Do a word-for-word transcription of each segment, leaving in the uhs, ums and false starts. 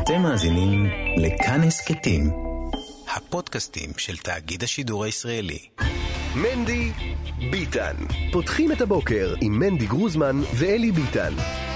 אתם מאזינים לכאן הסכתים, הפודקאסטים של תאגיד השידור הישראלי. מנדי ביטן. פותחים את הבוקר עם מנדי גרוזמן ואלי ביטן.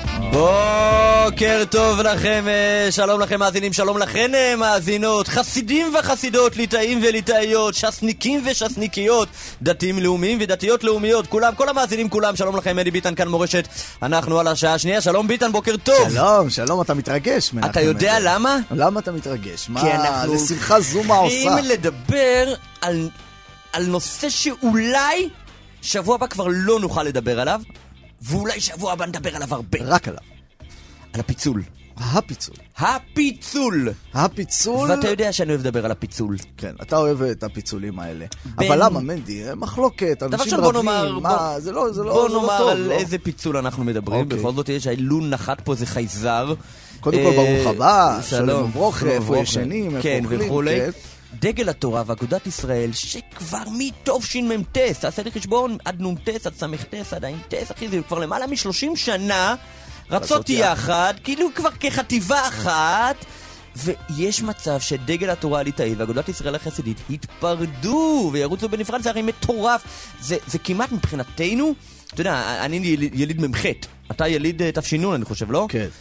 בוקר טוב לכם, שלום לכם מאזינים, שלום לכן מאזינות, חסידים וחסידות, ליטאים וליטאיות, שסניקים ושסניקיות, דתיים לאומיים ודתיות לאומיות, כולם, כל המאזינים כולם, שלום לכם, מנדי ביטן כאן מורשת, אנחנו על השעה השנייה, שלום ביטן, בוקר טוב. שלום, שלום, אתה מתרגש. אתה יודע למה? למה אתה מתרגש? מה, כי אנחנו לשמחה זו מה עושה? הולכים לדבר על, על נושא שאולי שבוע הבא כבר לא נוכל לדבר עליו, ואולי שבוע הבא נדבר עליו הרבה. רק עליו. על הפיצול. הפיצול. הפיצול. הפיצול. ואתה יודע שאני אוהב לדבר על הפיצול. כן, אתה אוהב את הפיצולים האלה. בין... אבל למה, מנדי? מחלוקת, אנשים רבים. נאמר, מה, בוא... זה לא, זה לא, בוא זה לא נאמר טוב, על לא? איזה פיצול אנחנו מדברים. אוקיי. בכל זאת יש האילון נחת פה זה חייזר. קודם כל ברוך הבא, שלום, שלום וברוך, איפה ישנים, כן, איפה אוכלים. וכולי. דגל התורה ואגודת ישראל, שכבר מתוף ש"מ-ט, תעשה לי חשבון, עד נ"ט, עד ס"ט, עד ע"ט, אחי, זה כבר למעלה מ-שלושים שנה, רצות יחד, כאילו כבר כחטיבה אחת, ויש מצב שדגל התורה הליטאי ואגודת ישראל החסידית התפרדו וירוצו בנפרד, זה הרי מטורף, זה, זה כמעט מבחינתנו, אתה יודע, אני יליד ממחת, אתה יליד תפשינון, אני חושב, לא? כן.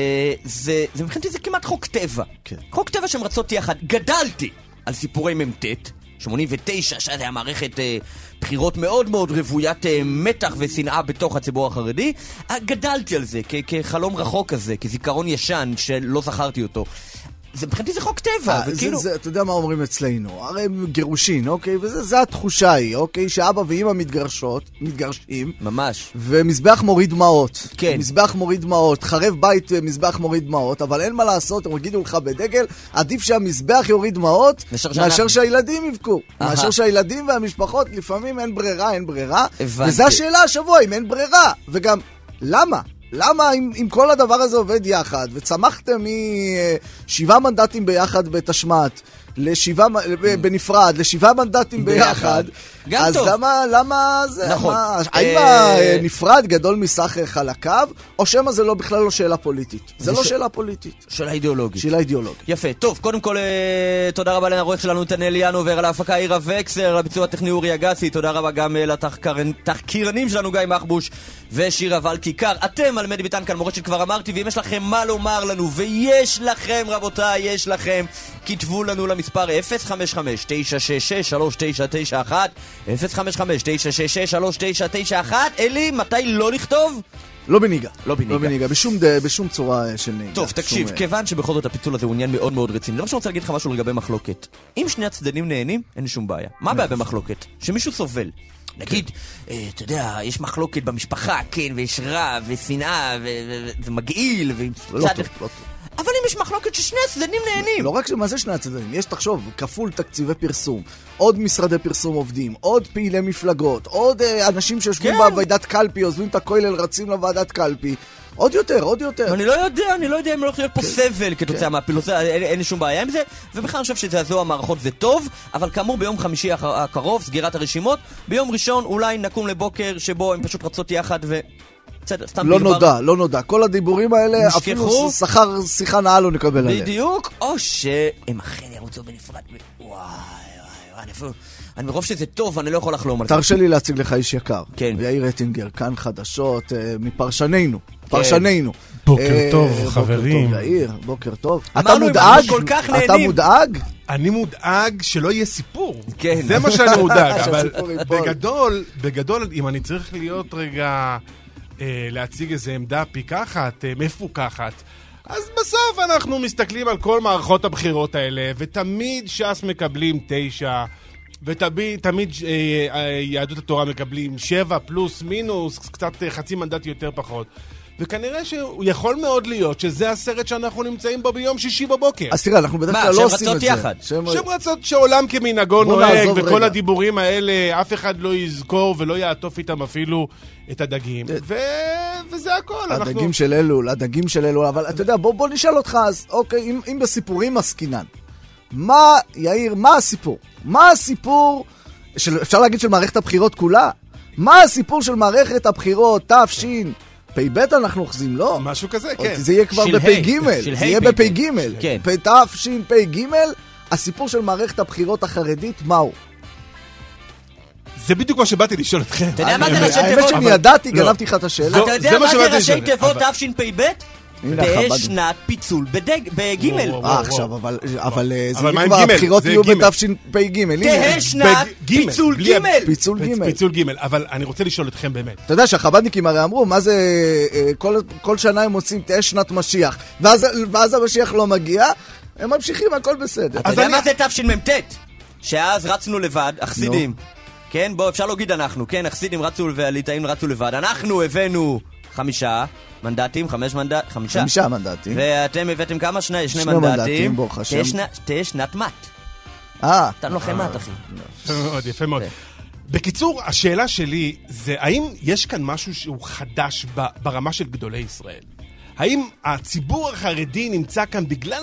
זה, זה מבחינתי זה כמעט חוק טבע, כן. חוק טבע שהם רצות יחד, גדלתי על סיפורי מ"ט, שמונים ותשע, שזה היה מערכת אה, בחירות מאוד מאוד רוויית אה, מתח ושנאה בתוך הציבור החרדי. אה, גדלתי על זה כ- כחלום רחוק כזה, כזיכרון ישן שלא זכרתי אותו. זה מבחינתי זה חוק טבע, 아, וכאילו... זה, זה, אתה יודע מה אומרים אצלנו, הרי הם גירושין, אוקיי? וזה זה התחושה היא, אוקיי? שאבא ואמא מתגרשות, מתגרשים. ממש. ומזבח מוריד דמעות. כן. מזבח מוריד דמעות, חרב בית מזבח מוריד דמעות, אבל אין מה לעשות, הם יגידו לך בדגל, עדיף שהמזבח יוריד דמעות, מאשר שהילדים יבכו. מאשר שהילדים והמשפחות, לפעמים אין ברירה, אין ברירה. הבנתי. וזו השאלה השבוע, אם אין ברירה. וגם, למה? למה אם, אם כל הדבר הזה עובד יחד, וצמחתם משבעה מנדטים ביחד בתשמט, לשבעה, בנפרד, לשבעה מנדטים ביחד, גם אז טוב. למה, למה זה, נכון. מה, האם הנפרד גדול מסך חלקיו, או שמה זה לא בכלל לא שאלה פוליטית? זה לא שאלה פוליטית. שאלה אידיאולוגית. שאלה אידיאולוגית. יפה. טוב, קודם כל, תודה רבה לעורך שלנו, נתנאל ינובר, על ההפקה עירה וקסר, לביצוע הטכני אורי אגסי, תודה רבה גם לתחקירנים שלנו, גיא מחבוש ושירה ולכיכר. אתם על מנדי ביטן כאן מורשת, כבר אמרתי, ואם יש לכם מה לומר לנו, ויש לכם, רבותיי, יש לכם, כתבו לנו למספר אפס חמש חמש תשע שש שש שלוש תשע תשע אחת, אפס חמש חמש תשע שש שש שלוש תשע תשע אחת. אלי, מתי לא לכתוב? לא בניגה. לא בניגה. לא בניגה, בשום, בשום צורה של נהיגה. טוב, תקשיב, שום... כיוון שבכל זאת הפיצול הזה הוא עניין מאוד מאוד רציני, דבר שאני רוצה להגיד לך משהו לגבי מחלוקת. אם שני הצדדים נהנים, אין שום בעיה. מה הבעיה במחלוקת? שמישהו סובל. נגיד, אתה יודע, יש מחלוקת במשפחה, כן, ויש רע, ושנאה, ומגעיל, לא טוב, לא טוב. אבל אם יש מחלוקת ששני הצדדים נהנים. לא רק שמה זה שני הצדדים, יש תחשוב, כפול תקציבי פרסום, עוד משרדי פרסום עובדים, עוד פעילי מפלגות, עוד אה, אנשים שיושבים כן. בוועדת קלפי, עוזבים את הכולל, רצים לוועדת קלפי, עוד יותר, עוד יותר. אני לא יודע, אני לא יודע אם לא הולך להיות פה כן. סבל כתוצאה כן. מהפילוס, אין, אין שום בעיה עם זה, ובכלל אני חושב שזעזוע המערכות זה טוב, אבל כאמור ביום חמישי הקרוב, סגירת הרשימות, ביום ראשון אולי נקום לבוקר שבו הם פשוט רצות יחד ו... לא נודע, לא נודע. כל הדיבורים האלה, אפילו שכר שיחה נעה לא נקבל עליהם. בדיוק, או שהם אכן ירוצו בנפרד. וואי, וואי, וואי, אני מרוב שזה טוב, אני לא יכול לחלום על זה. תרשה לי להציג לך איש יקר. כן. יאיר רטינגר, כאן חדשות מפרשננו. פרשננו. בוקר טוב, חברים. בוקר טוב, יאיר, בוקר טוב. אתה מודאג? אתה מודאג? אני מודאג שלא יהיה סיפור. כן. זה מה שאני מודאג, אבל בגדול, בגדול, אם אני צריך להיות רגע... להציג איזו עמדה פיקחת, מפוקחת, אז בסוף אנחנו מסתכלים על כל מערכות הבחירות האלה, ותמיד ש"ס מקבלים תשע, ותמיד תמיד יהדות התורה מקבלים שבע פלוס מינוס, קצת חצי מנדט יותר פחות. וכנראה שהוא יכול מאוד להיות שזה הסרט שאנחנו נמצאים בו ביום שישי בבוקר. אז תראה, אנחנו בדרך כלל לא עושים את זה. יחד. שהם רצות שעולם כמנהגו נוהג, וכל הדיבורים האלה, אף אחד לא יזכור ולא יעטוף איתם אפילו את הדגים. וזה הכל. הדגים של אלול, הדגים של אלול. אבל אתה יודע, בוא נשאל אותך אז, אוקיי, אם בסיפורים עסקינן, מה, יאיר, מה הסיפור? מה הסיפור, אפשר להגיד של מערכת הבחירות כולה? מה הסיפור של מערכת הבחירות, תפשין? פי ב' אנחנו אוחזים, לא. משהו כזה, כן. זה יהיה כבר בפי ג', זה יהיה בפי ג'. כן. תש"פ ג', הסיפור של מערכת הבחירות החרדית, מהו? זה בדיוק מה שבאתי לשאול אתכם. אתה יודע מה זה ראשי תיבות? האמת שאני ידעתי, גנבתי לך את השאלה. אתה יודע מה זה ראשי תיבות תש"פ? תהיה שנת פיצול בג'. אה, עכשיו, אבל זה כבר הבחירות יהיו בתש"פ ג'. תהיה שנת פיצול ג'. פיצול ג'. פיצול ג', אבל אני רוצה לשאול אתכם באמת. אתה יודע שהחב"דניקים הרי אמרו, מה זה, כל שנה הם מוצאים תהיה שנת משיח, ואז המשיח לא מגיע, הם ממשיכים, הכל בסדר. אתה יודע מה זה תשמ"ט? שאז רצנו לבד, החסידים. כן, בוא, אפשר להגיד אנחנו, כן, החסידים רצו והליטאים רצו לבד. אנחנו הבאנו חמישה מנדטים, חמש מנדטים, חמישה. חמישה מנדטים. ואתם הבאתם כמה? שני, שני, שני מנדטים. מנדטים, ברוך השם. תהיה שנת מת. אה. נתנו לכם מת, אחי. יפה מאוד, יפה מאוד. בקיצור, השאלה שלי זה, האם יש כאן משהו שהוא חדש ברמה של גדולי ישראל? האם הציבור החרדי נמצא כאן בגלל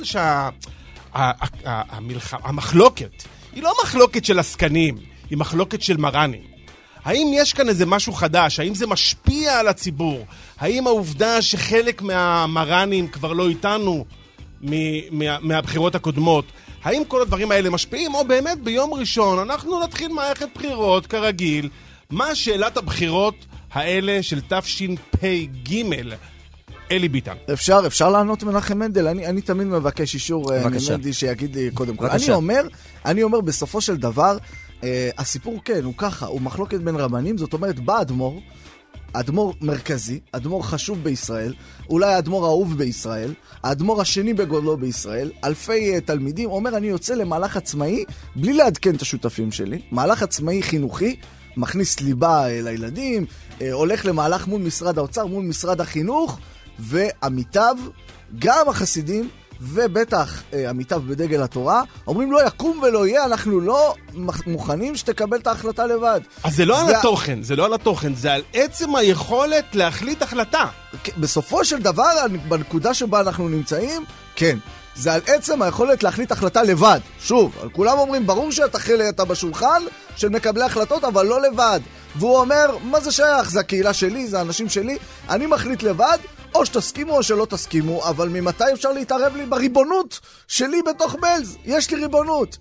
שהמחלוקת היא לא מחלוקת של עסקנים, היא מחלוקת של מרנים? האם יש כאן איזה משהו חדש? האם זה משפיע על הציבור? האם העובדה שחלק מהמרנים כבר לא איתנו מה, מהבחירות הקודמות, האם כל הדברים האלה משפיעים? או באמת ביום ראשון אנחנו נתחיל מערכת בחירות כרגיל? מה שאלת הבחירות האלה של תש"פ ג' אלי ביטן? אפשר, אפשר לענות מנחם מנדל. אני, אני תמיד מבקש אישור ממנדי שיגיד לי קודם כל. אני אומר, אני אומר בסופו של דבר, Uh, הסיפור כן, הוא ככה, הוא מחלוקת בין רבנים, זאת אומרת, בא אדמו"ר, אדמו"ר מרכזי, אדמו"ר חשוב בישראל, אולי האדמו"ר האהוב בישראל, האדמו"ר השני בגודלו בישראל, אלפי uh, תלמידים, אומר, אני יוצא למהלך עצמאי, בלי לעדכן את השותפים שלי, מהלך עצמאי חינוכי, מכניס ליבה uh, לילדים, uh, הולך למהלך מול משרד האוצר, מול משרד החינוך, ועמיתיו, גם החסידים, ובטח עמיתיו בדגל התורה, אומרים לא יקום ולא יהיה, אנחנו לא מוכנים שתקבל את ההחלטה לבד. אז זה לא על התוכן, זה לא על התוכן, זה על עצם היכולת להחליט החלטה. בסופו של דבר, בנקודה שבה אנחנו נמצאים, כן, זה על עצם היכולת להחליט החלטה לבד. שוב, כולם אומרים, ברור שאתה חלק, אתה בשולחן של מקבלי החלטות, אבל לא לבד. והוא אומר, מה זה שייך? זה הקהילה שלי, זה האנשים שלי, אני מחליט לבד, או שתסכימו או שלא תסכימו, אבל ממתי אפשר להתערב לי בריבונות שלי בתוך בלז? יש לי ריבונות.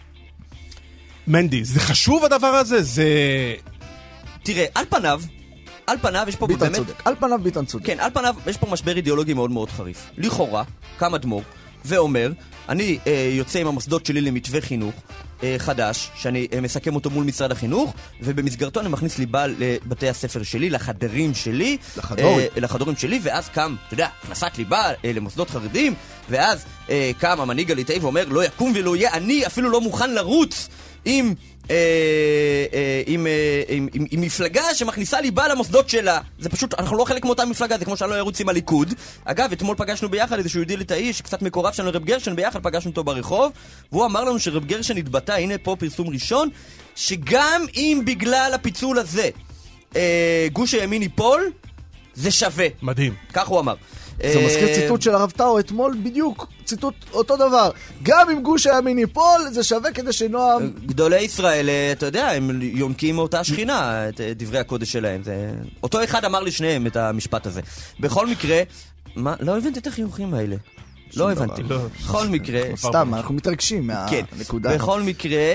מנדי, זה חשוב הדבר הזה? זה... תראה, על פניו, על פניו יש פה ביטן באמת... צודק, על פניו ביטן צודק. כן, על פניו יש פה משבר אידיאולוגי מאוד מאוד חריף. לכאורה, קם אדמו"ר ואומר, אני אה, יוצא עם המוסדות שלי למתווה חינוך אה, חדש, שאני אה, מסכם אותו מול משרד החינוך, ובמסגרתו אני מכניס ליבה לבתי הספר שלי, לחדרים שלי, לחדורים, אה, לחדורים שלי, ואז קם, אתה יודע, הכנסת ליבה אה, למוסדות חרדים, ואז אה, קם המנהיג הליטאי ואומר, לא יקום ולא יהיה, אני אפילו לא מוכן לרוץ עם... אה, אה, עם, אה, עם, עם, עם מפלגה שמכניסה ליבה למוסדות שלה. זה פשוט, אנחנו לא חלק מאותה מפלגה, זה כמו שאני לא ירוץ עם הליכוד. אגב, אתמול פגשנו ביחד איזשהו יהודי ליטאי שקצת מקורב שלנו, רב גרשן, ביחד פגשנו אותו ברחוב, והוא אמר לנו שרב גרשן התבטא, הנה פה פרסום ראשון, שגם אם בגלל הפיצול הזה אה, גוש הימין ייפול, זה שווה. מדהים. כך הוא אמר. זה מזכיר ציטוט של הרב טאו אתמול, בדיוק, ציטוט אותו דבר. גם אם גוש הימין ייפול, זה שווה כדי שנועם... גדולי ישראל, אתה יודע, הם יונקים מאותה שכינה, את דברי הקודש שלהם. זה... אותו אחד אמר לשניהם את המשפט הזה. בכל מקרה, מה? לא הבנתי את החיוכים האלה. לא הבנתי. בכל מקרה... סתם, אנחנו מתרגשים מהנקודה. בכל מקרה,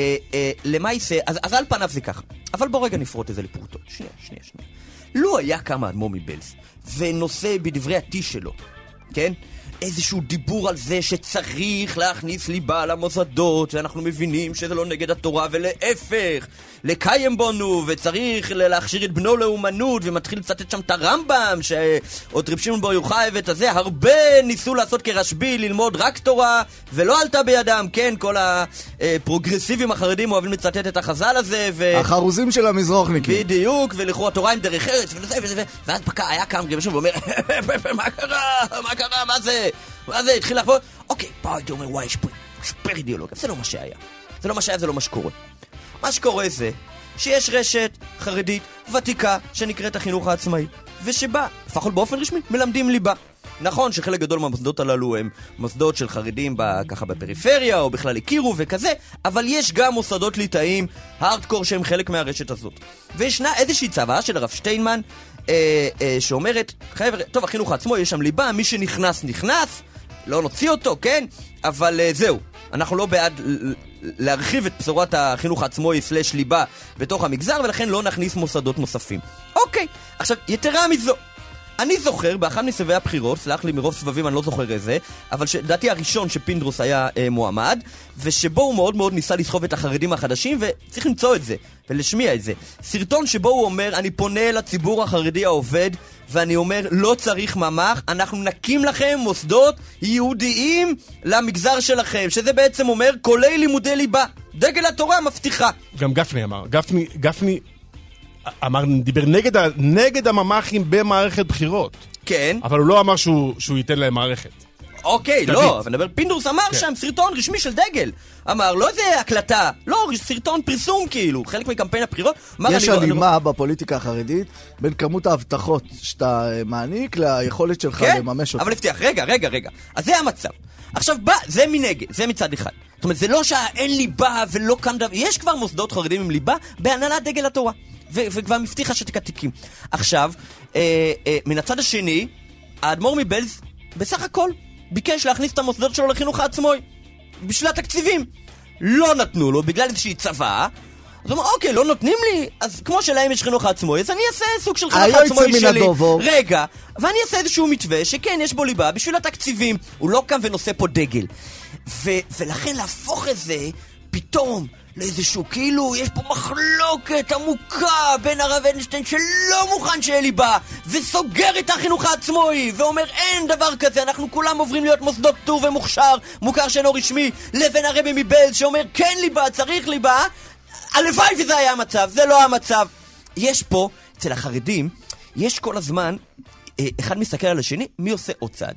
למה יישא? אז על פניו זה ככה. אבל בוא רגע נפרוט איזה לפרוטות. שנייה, שנייה, שנייה. לא היה כמה אדמו"ר מבלז, ונושא בדברי עתי שלו, כן? איזשהו דיבור על זה שצריך להכניס ליבה למוסדות, ואנחנו מבינים שזה לא נגד התורה, ולהפך, לקיים בנו, וצריך להכשיר את בנו לאומנות, ומתחיל לצטט שם את הרמב"ם, שעוד רב שמעון בר יוחאי ואת הזה, הרבה ניסו לעשות כרשב"י, ללמוד רק תורה, ולא עלתה בידם, כן? כל הפרוגרסיבים החרדים אוהבים לצטט את החז"ל הזה, ו... החרוזים של המזרוחניקים. בדיוק, ולכאורה התורה עם דרך ארץ, ולזה ולזה, ואז פקע, היה קם רב שמעון ואומר, מה קרה? מה קרה? מה זה? מה זה? התחיל לחוות? אוקיי, פה הייתי אומר, וואי, יש פה ספר אידיאולוגיה. זה לא מה שהיה. זה לא מה שהיה, זה לא מה שקורה. מה שקורה זה שיש רשת חרדית ותיקה שנקראת החינוך העצמאי, ושבה, לפחות באופן רשמי, מלמדים ליבה. נכון שחלק גדול מהמוסדות הללו הם מוסדות של חרדים ככה בפריפריה, או בכלל הכירו וכזה, אבל יש גם מוסדות ליטאיים, הארדקור שהם חלק מהרשת הזאת. וישנה איזושהי צוואה של הרב שטיינמן, אה, אה, שאומרת, חבר'ה, טוב, החינוך עצמו, יש שם ליבה, מי שנכנס, נכנס, לא נוציא אותו, כן? אבל אה, זהו, אנחנו לא בעד להרחיב את בשורת החינוך עצמו סלש ליבה בתוך המגזר, ולכן לא נכניס מוסדות נוספים. אוקיי, עכשיו, יתרה מזו, אני זוכר, באחד מסבבי הבחירות, סלח לי מרוב סבבים, אני לא זוכר איזה, אבל לדעתי הראשון שפינדרוס היה אה, מועמד, ושבו הוא מאוד מאוד ניסה לסחוב את החרדים החדשים, וצריך למצוא את זה, ולשמיע את זה. סרטון שבו הוא אומר, אני פונה לציבור החרדי העובד, ואני אומר, לא צריך ממ"ח, אנחנו נקים לכם מוסדות יהודיים למגזר שלכם, שזה בעצם אומר, כולל לימודי ליבה. דגל התורה מבטיחה. גם גפני אמר, גפני, גפני אמר, דיבר נגד, נגד הממ"חים במערכת בחירות. כן. אבל הוא לא אמר שהוא, שהוא ייתן להם מערכת. אוקיי, לא, אבל נדבר, פינדרוס אמר שם סרטון רשמי של דגל. אמר, לא איזה הקלטה, לא, סרטון פרסום כאילו, חלק מקמפיין הבחירות. יש הלימה בפוליטיקה החרדית בין כמות ההבטחות שאתה מעניק ליכולת שלך לממש אותה. אבל הבטיח, רגע, רגע, רגע. אז זה המצב. עכשיו בא, זה מנגד, זה מצד אחד. זאת אומרת, זה לא שאין ליבה ולא כאן דבר, יש כבר מוסדות חרדים עם ליבה בהנהלת דגל התורה. ו- וכבר מבטיחה שתקתיקים. עכשיו, אה, אה, מן הצד השני, האדמו"ר מבלז בסך הכל ביקש להכניס את המוסדות שלו לחינוך העצמוי בשביל התקציבים. לא נתנו לו בגלל איזושהי צבא. אז הוא אומר, אוקיי, לא נותנים לי, אז כמו שלהם יש חינוך העצמוי, אז אני אעשה סוג של חינוך העצמוי שלי. רגע, ואני אעשה איזשהו מתווה שכן, יש בו ליבה בשביל התקציבים. הוא לא קם ונושא פה דגל. ו- ולכן להפוך את זה פתאום לאיזשהו, כאילו, יש פה מחלוקת עמוקה בין הרב אדלשטיין שלא מוכן שיהיה ליבה, וסוגר את החינוך העצמוי, ואומר אין דבר כזה, אנחנו כולם עוברים להיות מוסדות פטור ומוכשר, מוכר שאינו רשמי, לבין הרבי מבלז שאומר כן ליבה, צריך ליבה. הלוואי וזה היה המצב, זה לא המצב. יש פה, אצל החרדים, יש כל הזמן, אחד מסתכל על השני, מי עושה עוד צעד?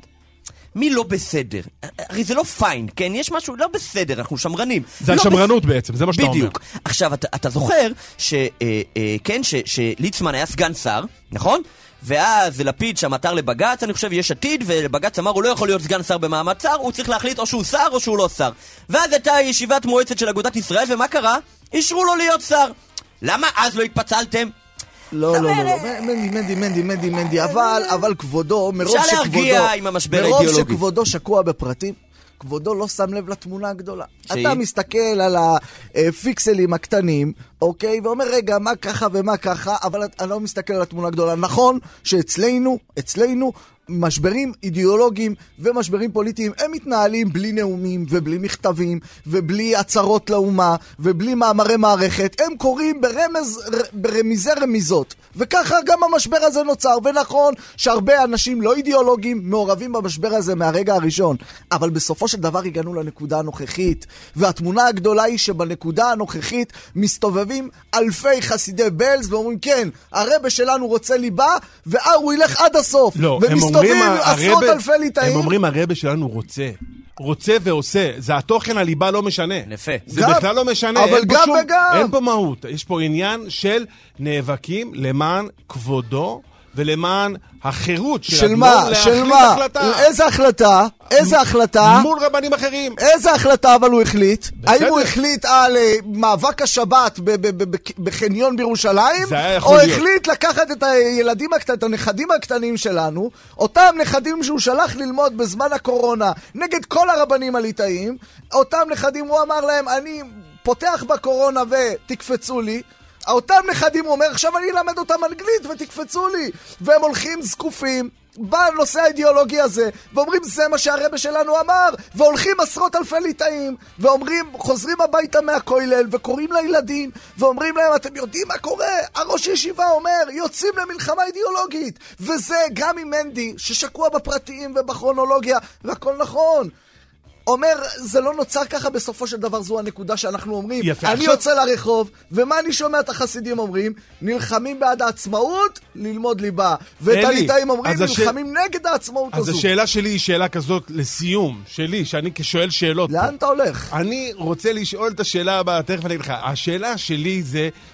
מי לא בסדר? הרי זה לא פיין, כן? יש משהו לא בסדר, אנחנו שמרנים. זה לא השמרנות בס... בעצם, זה מה שאתה אומר. בדיוק. עכשיו, אתה, אתה זוכר ש, אה, אה, כן, ש, שליצמן היה סגן שר, נכון? ואז לפיד שם עתר לבגץ, אני חושב יש עתיד, ולבגץ אמר הוא לא יכול להיות סגן שר במעמד שר, הוא צריך להחליט או שהוא שר או שהוא לא שר. ואז הייתה ישיבת מועצת של אגודת ישראל, ומה קרה? אישרו לו להיות שר. למה אז לא התפצלתם? לא, לא, לא, מנדי, מנדי, מנדי, מנדי, מנדי, אבל, אבל כבודו, מרוב שכבודו, אפשר להרגיע עם המשבר האידיאולוגי. מרוב שכבודו שקוע בפרטים, כבודו לא שם לב לתמונה הגדולה. אתה מסתכל על הפיקסלים הקטנים, אוקיי, ואומר, רגע, מה ככה ומה ככה, אבל אתה לא מסתכל על התמונה הגדולה. נכון שאצלנו, אצלנו, משברים אידיאולוגיים ומשברים פוליטיים הם מתנהלים בלי נאומים ובלי מכתבים ובלי הצהרות לאומה ובלי מאמרי מערכת, הם קוראים ברמז, ברמיזי רמיזות, וככה גם המשבר הזה נוצר. ונכון שהרבה אנשים לא אידיאולוגיים מעורבים במשבר הזה מהרגע הראשון, אבל בסופו של דבר הגענו לנקודה הנוכחית, והתמונה הגדולה היא שבנקודה הנוכחית מסתובבים אלפי חסידי בלז ואומרים כן, הרבא שלנו רוצה ליבה והוא ילך עד הסוף. לא, ומסתובבים עשרות אלפי ליטאים. הם אומרים הרבא שלנו רוצה רוצה ועושה, זה התוכן הליבה לא משנה. נפה. זה גם, בכלל לא משנה. אבל גם שום, וגם. אין פה מהות. יש פה עניין של נאבקים למען כבודו ולמען החירות של, של מה? של מה? החלטה. איזה החלטה? איזה החלטה? מול רבנים אחרים. איזה החלטה אבל הוא החליט? בסדר. האם הוא החליט על uh, מאבק השבת ב- ב- ב- ב- בחניון בירושלים? או להיות. החליט לקחת את הילדים הקטנים, את הנכדים הקטנים שלנו, אותם נכדים שהוא שלח ללמוד בזמן הקורונה נגד כל הרבנים הליטאים, אותם נכדים הוא אמר להם, אני פותח בקורונה ותקפצו לי, אותם נכדים הוא אומר, עכשיו אני אלמד אותם אנגלית ותקפצו לי, והם הולכים זקופים בנושא האידיאולוגי הזה, ואומרים זה מה שהרבא שלנו אמר, והולכים עשרות אלפי ליטאים, ואומרים, חוזרים הביתה מהכולל, וקוראים לילדים, ואומרים להם, אתם יודעים מה קורה? הראש ישיבה אומר, יוצאים למלחמה אידיאולוגית, וזה גם עם מנדי, ששקוע בפרטים ובכרונולוגיה, והכל נכון. אומר, זה לא נוצר ככה, בסופו של דבר זו הנקודה שאנחנו אומרים. יפה, אני עכשיו... יוצא לרחוב, ומה אני שומע את החסידים אומרים? נלחמים בעד העצמאות, ללמוד ליבה. ואת הליטאים אומרים, נלחמים הש... נגד העצמאות אז הזו. אז השאלה שלי היא שאלה כזאת לסיום, שלי, שאני כשואל שאלות. לאן פה. אתה הולך? אני רוצה לשאול את השאלה הבאה, תכף אני אגיד לך. השאלה שלי זה,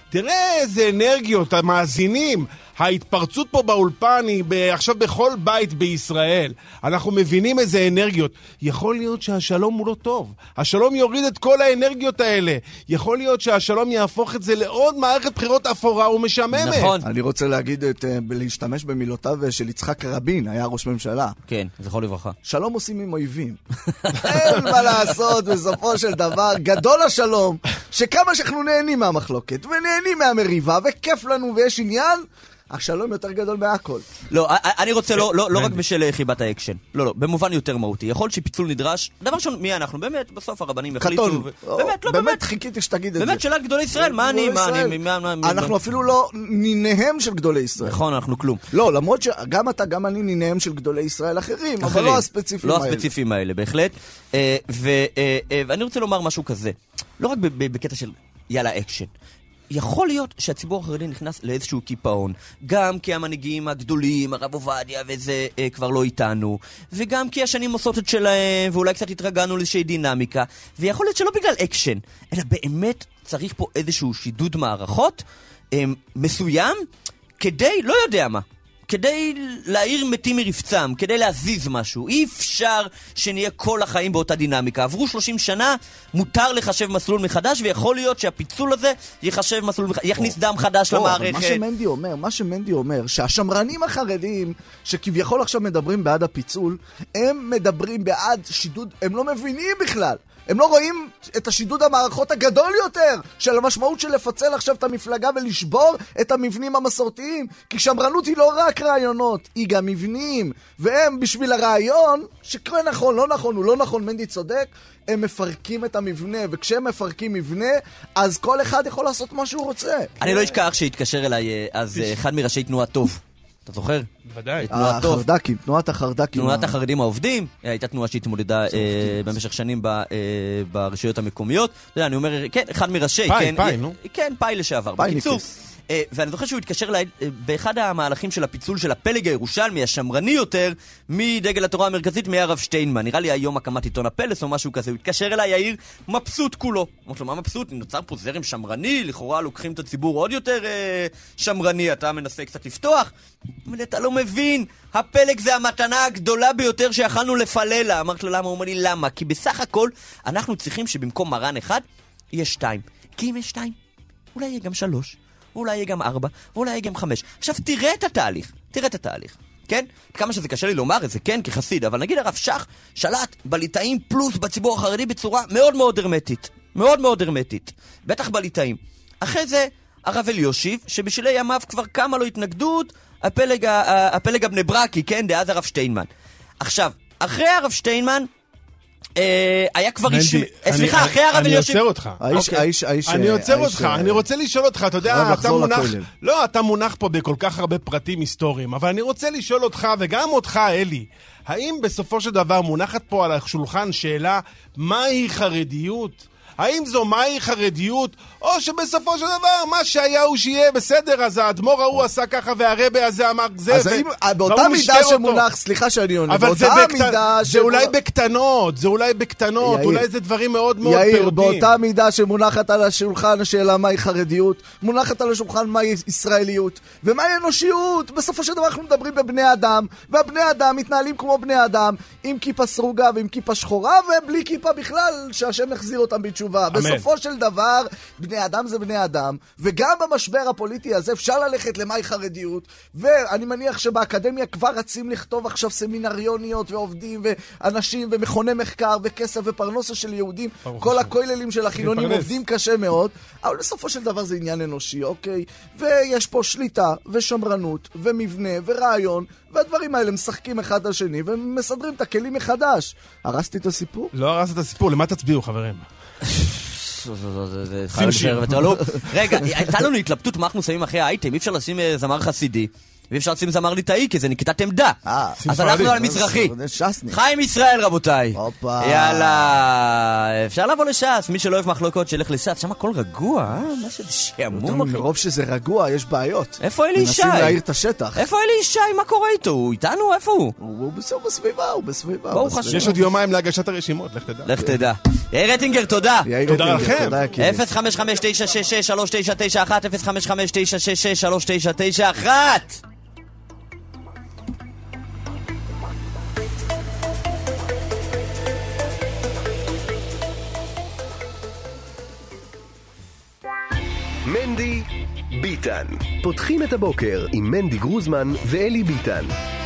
תראה איזה אנרגיות, המאזינים, ההתפרצות פה באולפן היא עכשיו בכל בית בישראל. אנחנו מבינים איזה אנרגיות. יכול להיות שהשלום הוא לא טוב. השלום יוריד את כל האנרגיות האלה. יכול להיות שהשלום יהפוך את זה לעוד מערכת בחירות אפורה ומשעממת. נכון. אני רוצה להגיד, את, להשתמש במילותיו של יצחק רבין, היה ראש ממשלה. כן, זכור לברכה. שלום עושים עם אויבים. אין מה לעשות בסופו של דבר. גדול השלום, שכמה שאנחנו נהנים מהמחלוקת, ונהנים מהמריבה, וכיף לנו ויש עניין, השלום יותר גדול מהכל. לא, אני רוצה לא, לא, לא רק בשל חיבת האקשן. לא, לא, במובן יותר מהותי. יכול שפיצול נדרש. דבר ראשון, מי אנחנו? באמת, בסוף הרבנים החליטו. קטון. באמת, לא, באמת חיכיתי שתגיד את זה. באמת, שאלת גדולי ישראל. מה אני, מה אני, מה אני... אנחנו אפילו לא ניניהם של גדולי ישראל. נכון, אנחנו כלום. לא, למרות שגם אתה, גם אני ניניהם של גדולי ישראל אחרים, אבל לא הספציפיים האלה. לא הספציפיים האלה, בהחלט. ואני רוצה לומר משהו כזה. לא רק בקטע של יאללה אקשן. יכול להיות שהציבור החרדי נכנס לאיזשהו קיפאון, גם כי המנהיגים הגדולים, הרב עובדיה וזה אה, כבר לא איתנו, וגם כי השנים עושות את שלהם, ואולי קצת התרגענו לאיזושהי דינמיקה, ויכול להיות שלא בגלל אקשן, אלא באמת צריך פה איזשהו שידוד מערכות אה, מסוים, כדי, לא יודע מה, כדי להעיר מתים מרפצם, כדי להזיז משהו. אי אפשר שנהיה כל החיים באותה דינמיקה. עברו שלושים שנה, מותר לחשב מסלול מחדש, ויכול להיות שהפיצול הזה יחשב מסלול מחדש, יכניס דם חדש למערכת. מה שמנדי אומר, מה שמנדי אומר, שהשמרנים החרדים, שכביכול עכשיו מדברים בעד הפיצול, הם מדברים בעד שידוד, הם לא מבינים בכלל. הם לא רואים את השידוד המערכות הגדול יותר של המשמעות של לפצל עכשיו את המפלגה ולשבור את המבנים המסורתיים, כי שמרנות היא לא רק רעיונות, היא גם מבנים, והם בשביל הרעיון, שכן נכון, לא נכון, הוא לא נכון, מנדי צודק, הם מפרקים את המבנה, וכשהם מפרקים מבנה, אז כל אחד יכול לעשות מה שהוא רוצה. אני לא אשכח שהתקשר אליי אז אחד מראשי תנועת טוב. אתה זוכר? ודאי. החרדקים, תנועת החרדקים. תנועת החרדים העובדים, הייתה תנועה שהתמודדה במשך שנים ברשויות המקומיות. אתה יודע, אני אומר, כן, אחד מראשי. פאי, פאי, נו. כן, פאי לשעבר. בקיצור, ואני זוכר שהוא התקשר אליי באחד המהלכים של הפיצול של הפלג הירושלמי, השמרני יותר, מדגל התורה המרכזית, מהרב שטיינמן. נראה לי היום הקמת עיתון הפלס או משהו כזה. הוא התקשר אליי, יאיר, מבסוט כולו. אמרתי לו, מה מבסוט? נוצר פה זרם שמרני, לכאורה לוקחים את הציבור עוד יותר אה, שמרני, אתה מנסה קצת לפתוח. אבל אתה לא מבין, הפלג זה המתנה הגדולה ביותר שיכלנו לפלל. אמרתי לו, למה? הוא אומר לי, למה? כי בסך הכל אנחנו צריכים שבמקום מרן אחד, יהיה שתיים. כי אם יש שתיים, אולי יהיה גם שלוש. ואולי יהיה גם ארבע, ואולי יהיה גם חמש. עכשיו תראה את התהליך, תראה את התהליך, כן? כמה שזה קשה לי לומר את זה, כן, כחסיד, אבל נגיד הרב שך שלט בליטאים פלוס בציבור החרדי בצורה מאוד מאוד הרמטית, מאוד מאוד הרמטית, בטח בליטאים. אחרי זה הרב אליושיב, שבשלי ימיו כבר קמה לו התנגדות, הפלג, הפלג הבני ברקי, כן, דאז הרב שטיינמן. עכשיו, אחרי הרב שטיינמן, היה כבר איש... סליחה, אחרי הרב אליושיב... אני עוצר אותך. אני עוצר אותך, אני רוצה לשאול אותך, אתה יודע, אתה מונח... לא, אתה מונח פה בכל כך הרבה פרטים היסטוריים, אבל אני רוצה לשאול אותך, וגם אותך, אלי, האם בסופו של דבר מונחת פה על השולחן שאלה, מהי חרדיות? האם זו מהי חרדיות, או שבסופו של דבר מה שהיה הוא שיהיה בסדר, אז האדמו"ר ההוא עשה ככה והרבי הזה אמר זה, אז האם באותה מידה שמונח, סליחה שאני עונה, אבל זה אולי בקטנות, זה אולי בקטנות, אולי זה דברים מאוד מאוד פירוטים. יאיר, באותה מידה שמונחת על השולחן השאלה מהי חרדיות, מונחת על השולחן מהי ישראליות, ומהי אנושיות. בסופו של דבר אנחנו מדברים בבני אדם, והבני אדם מתנהלים כמו בני אדם, עם כיפה סרוגה ועם כיפה שחורה, ובלי כיפה בכלל, שהשם יחזיר אותם בתשובה. בסופו של דבר, בני אדם זה בני אדם, וגם במשבר הפוליטי הזה אפשר ללכת למהי חרדיות, ואני מניח שבאקדמיה כבר רצים לכתוב עכשיו סמינריוניות ועובדים ואנשים ומכוני מחקר וכסף ופרנסה של יהודים, כל הכוללים של החילונים עובדים קשה מאוד, אבל בסופו של דבר זה עניין אנושי, אוקיי? ויש פה שליטה ושמרנות ומבנה ורעיון, והדברים האלה משחקים אחד על שני ומסדרים את הכלים מחדש. הרסתי את הסיפור? לא הרסתי את הסיפור, למה תצביעו חברים? רגע, הייתה לנו התלבטות מה אנחנו שמים אחרי האייטם, אי אפשר לשים זמר חסידי, ואי אפשר לשים זמר ליטאי, כי זה נקיטת עמדה. אז הלכנו על מזרחי. ש"סניק. חיים ישראל, רבותיי. הופה. יאללה. אפשר לבוא לש"ס, מי שלא אוהב מחלוקות שילך לש"ס. שם הכל רגוע, אה? מה שזה שעמום. מרוב שזה רגוע, יש בעיות. איפה אלי ישי? מנסים להעיר את השטח. איפה אלי ישי? מה קורה איתו? הוא איתנו? איפה הוא? הוא בסביבה, הוא בסביבה. ברוך השם. יש עוד יומיים להגשת הרשימות, לך תדע. לך תדע. יאיר רטינגר, תודה. תודה לכם. אפס חמש חמש תשע שש שש שלוש תשע תשע אחת אפס חמש חמש תשע שש שש שלוש תשע תשע אחת. מנדי ביטן. פותחים את הבוקר עם מנדי גרוזמן ואלי ביטן.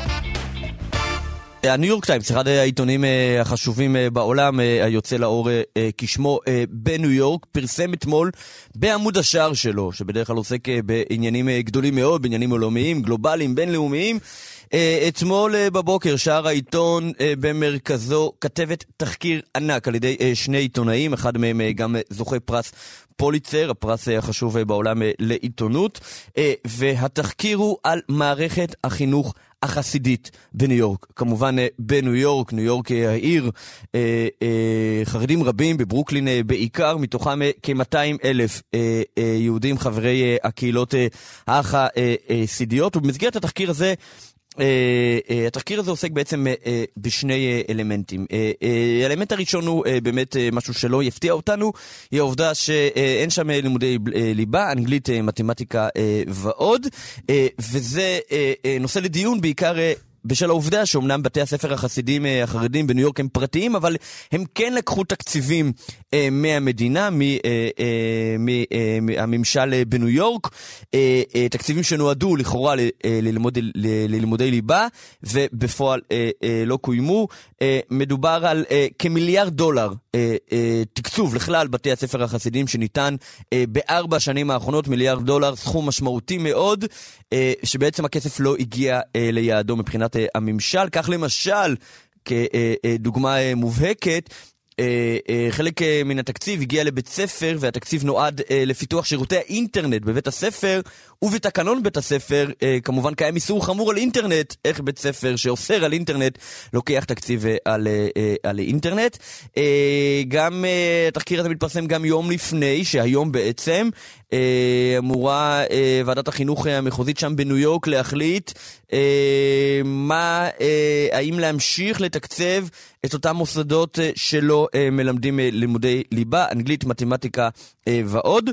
הניו יורק טיימס, אחד העיתונים החשובים בעולם, היוצא לאור כשמו בניו יורק, פרסם אתמול בעמוד השער שלו, שבדרך כלל עוסק בעניינים גדולים מאוד, בעניינים עולמיים, גלובליים, בינלאומיים. אתמול בבוקר שער העיתון במרכזו כתבת תחקיר ענק על ידי שני עיתונאים, אחד מהם גם זוכה פרס פוליצר, הפרס החשוב בעולם לעיתונות, והתחקיר הוא על מערכת החינוך החסידית בניו יורק. כמובן בניו יורק, ניו יורק העיר, חרדים רבים, בברוקלין בעיקר, מתוכם כ-מאתיים אלף יהודים חברי הקהילות החסידיות, ובמסגרת התחקיר הזה התחקיר הזה עוסק בעצם בשני אלמנטים. האלמנט הראשון הוא באמת משהו שלא יפתיע אותנו, היא העובדה שאין שם לימודי ליבה, אנגלית, מתמטיקה ועוד, וזה נושא לדיון בעיקר בשל העובדה שאומנם בתי הספר החסידים החרדים בניו יורק הם פרטיים, אבל הם כן לקחו תקציבים אה, מהמדינה, מהממשל אה, אה, בניו יורק, אה, אה, תקציבים שנועדו לכאורה ל, אה, ללמוד, ל, ללימודי ליבה, ובפועל אה, אה, לא קוימו. אה, מדובר על אה, כמיליארד דולר אה, אה, תקצוב לכלל בתי הספר החסידים שניתן אה, בארבע שנים האחרונות, מיליארד דולר, סכום משמעותי מאוד, אה, שבעצם הכסף לא הגיע אה, ליעדו מבחינת הממשל. כך למשל, כדוגמה מובהקת, חלק מן התקציב הגיע לבית ספר, והתקציב נועד לפיתוח שירותי האינטרנט בבית הספר, ובתקנון בית הספר כמובן קיים איסור חמור על אינטרנט, איך בית ספר שאוסר על אינטרנט לוקח תקציב על, על אינטרנט. גם התחקיר הזה מתפרסם גם יום לפני, שהיום בעצם אמורה ועדת החינוך המחוזית שם בניו יורק להחליט מה, האם להמשיך לתקצב את אותם מוסדות שלא מלמדים לימודי ליבה, אנגלית, מתמטיקה ועוד.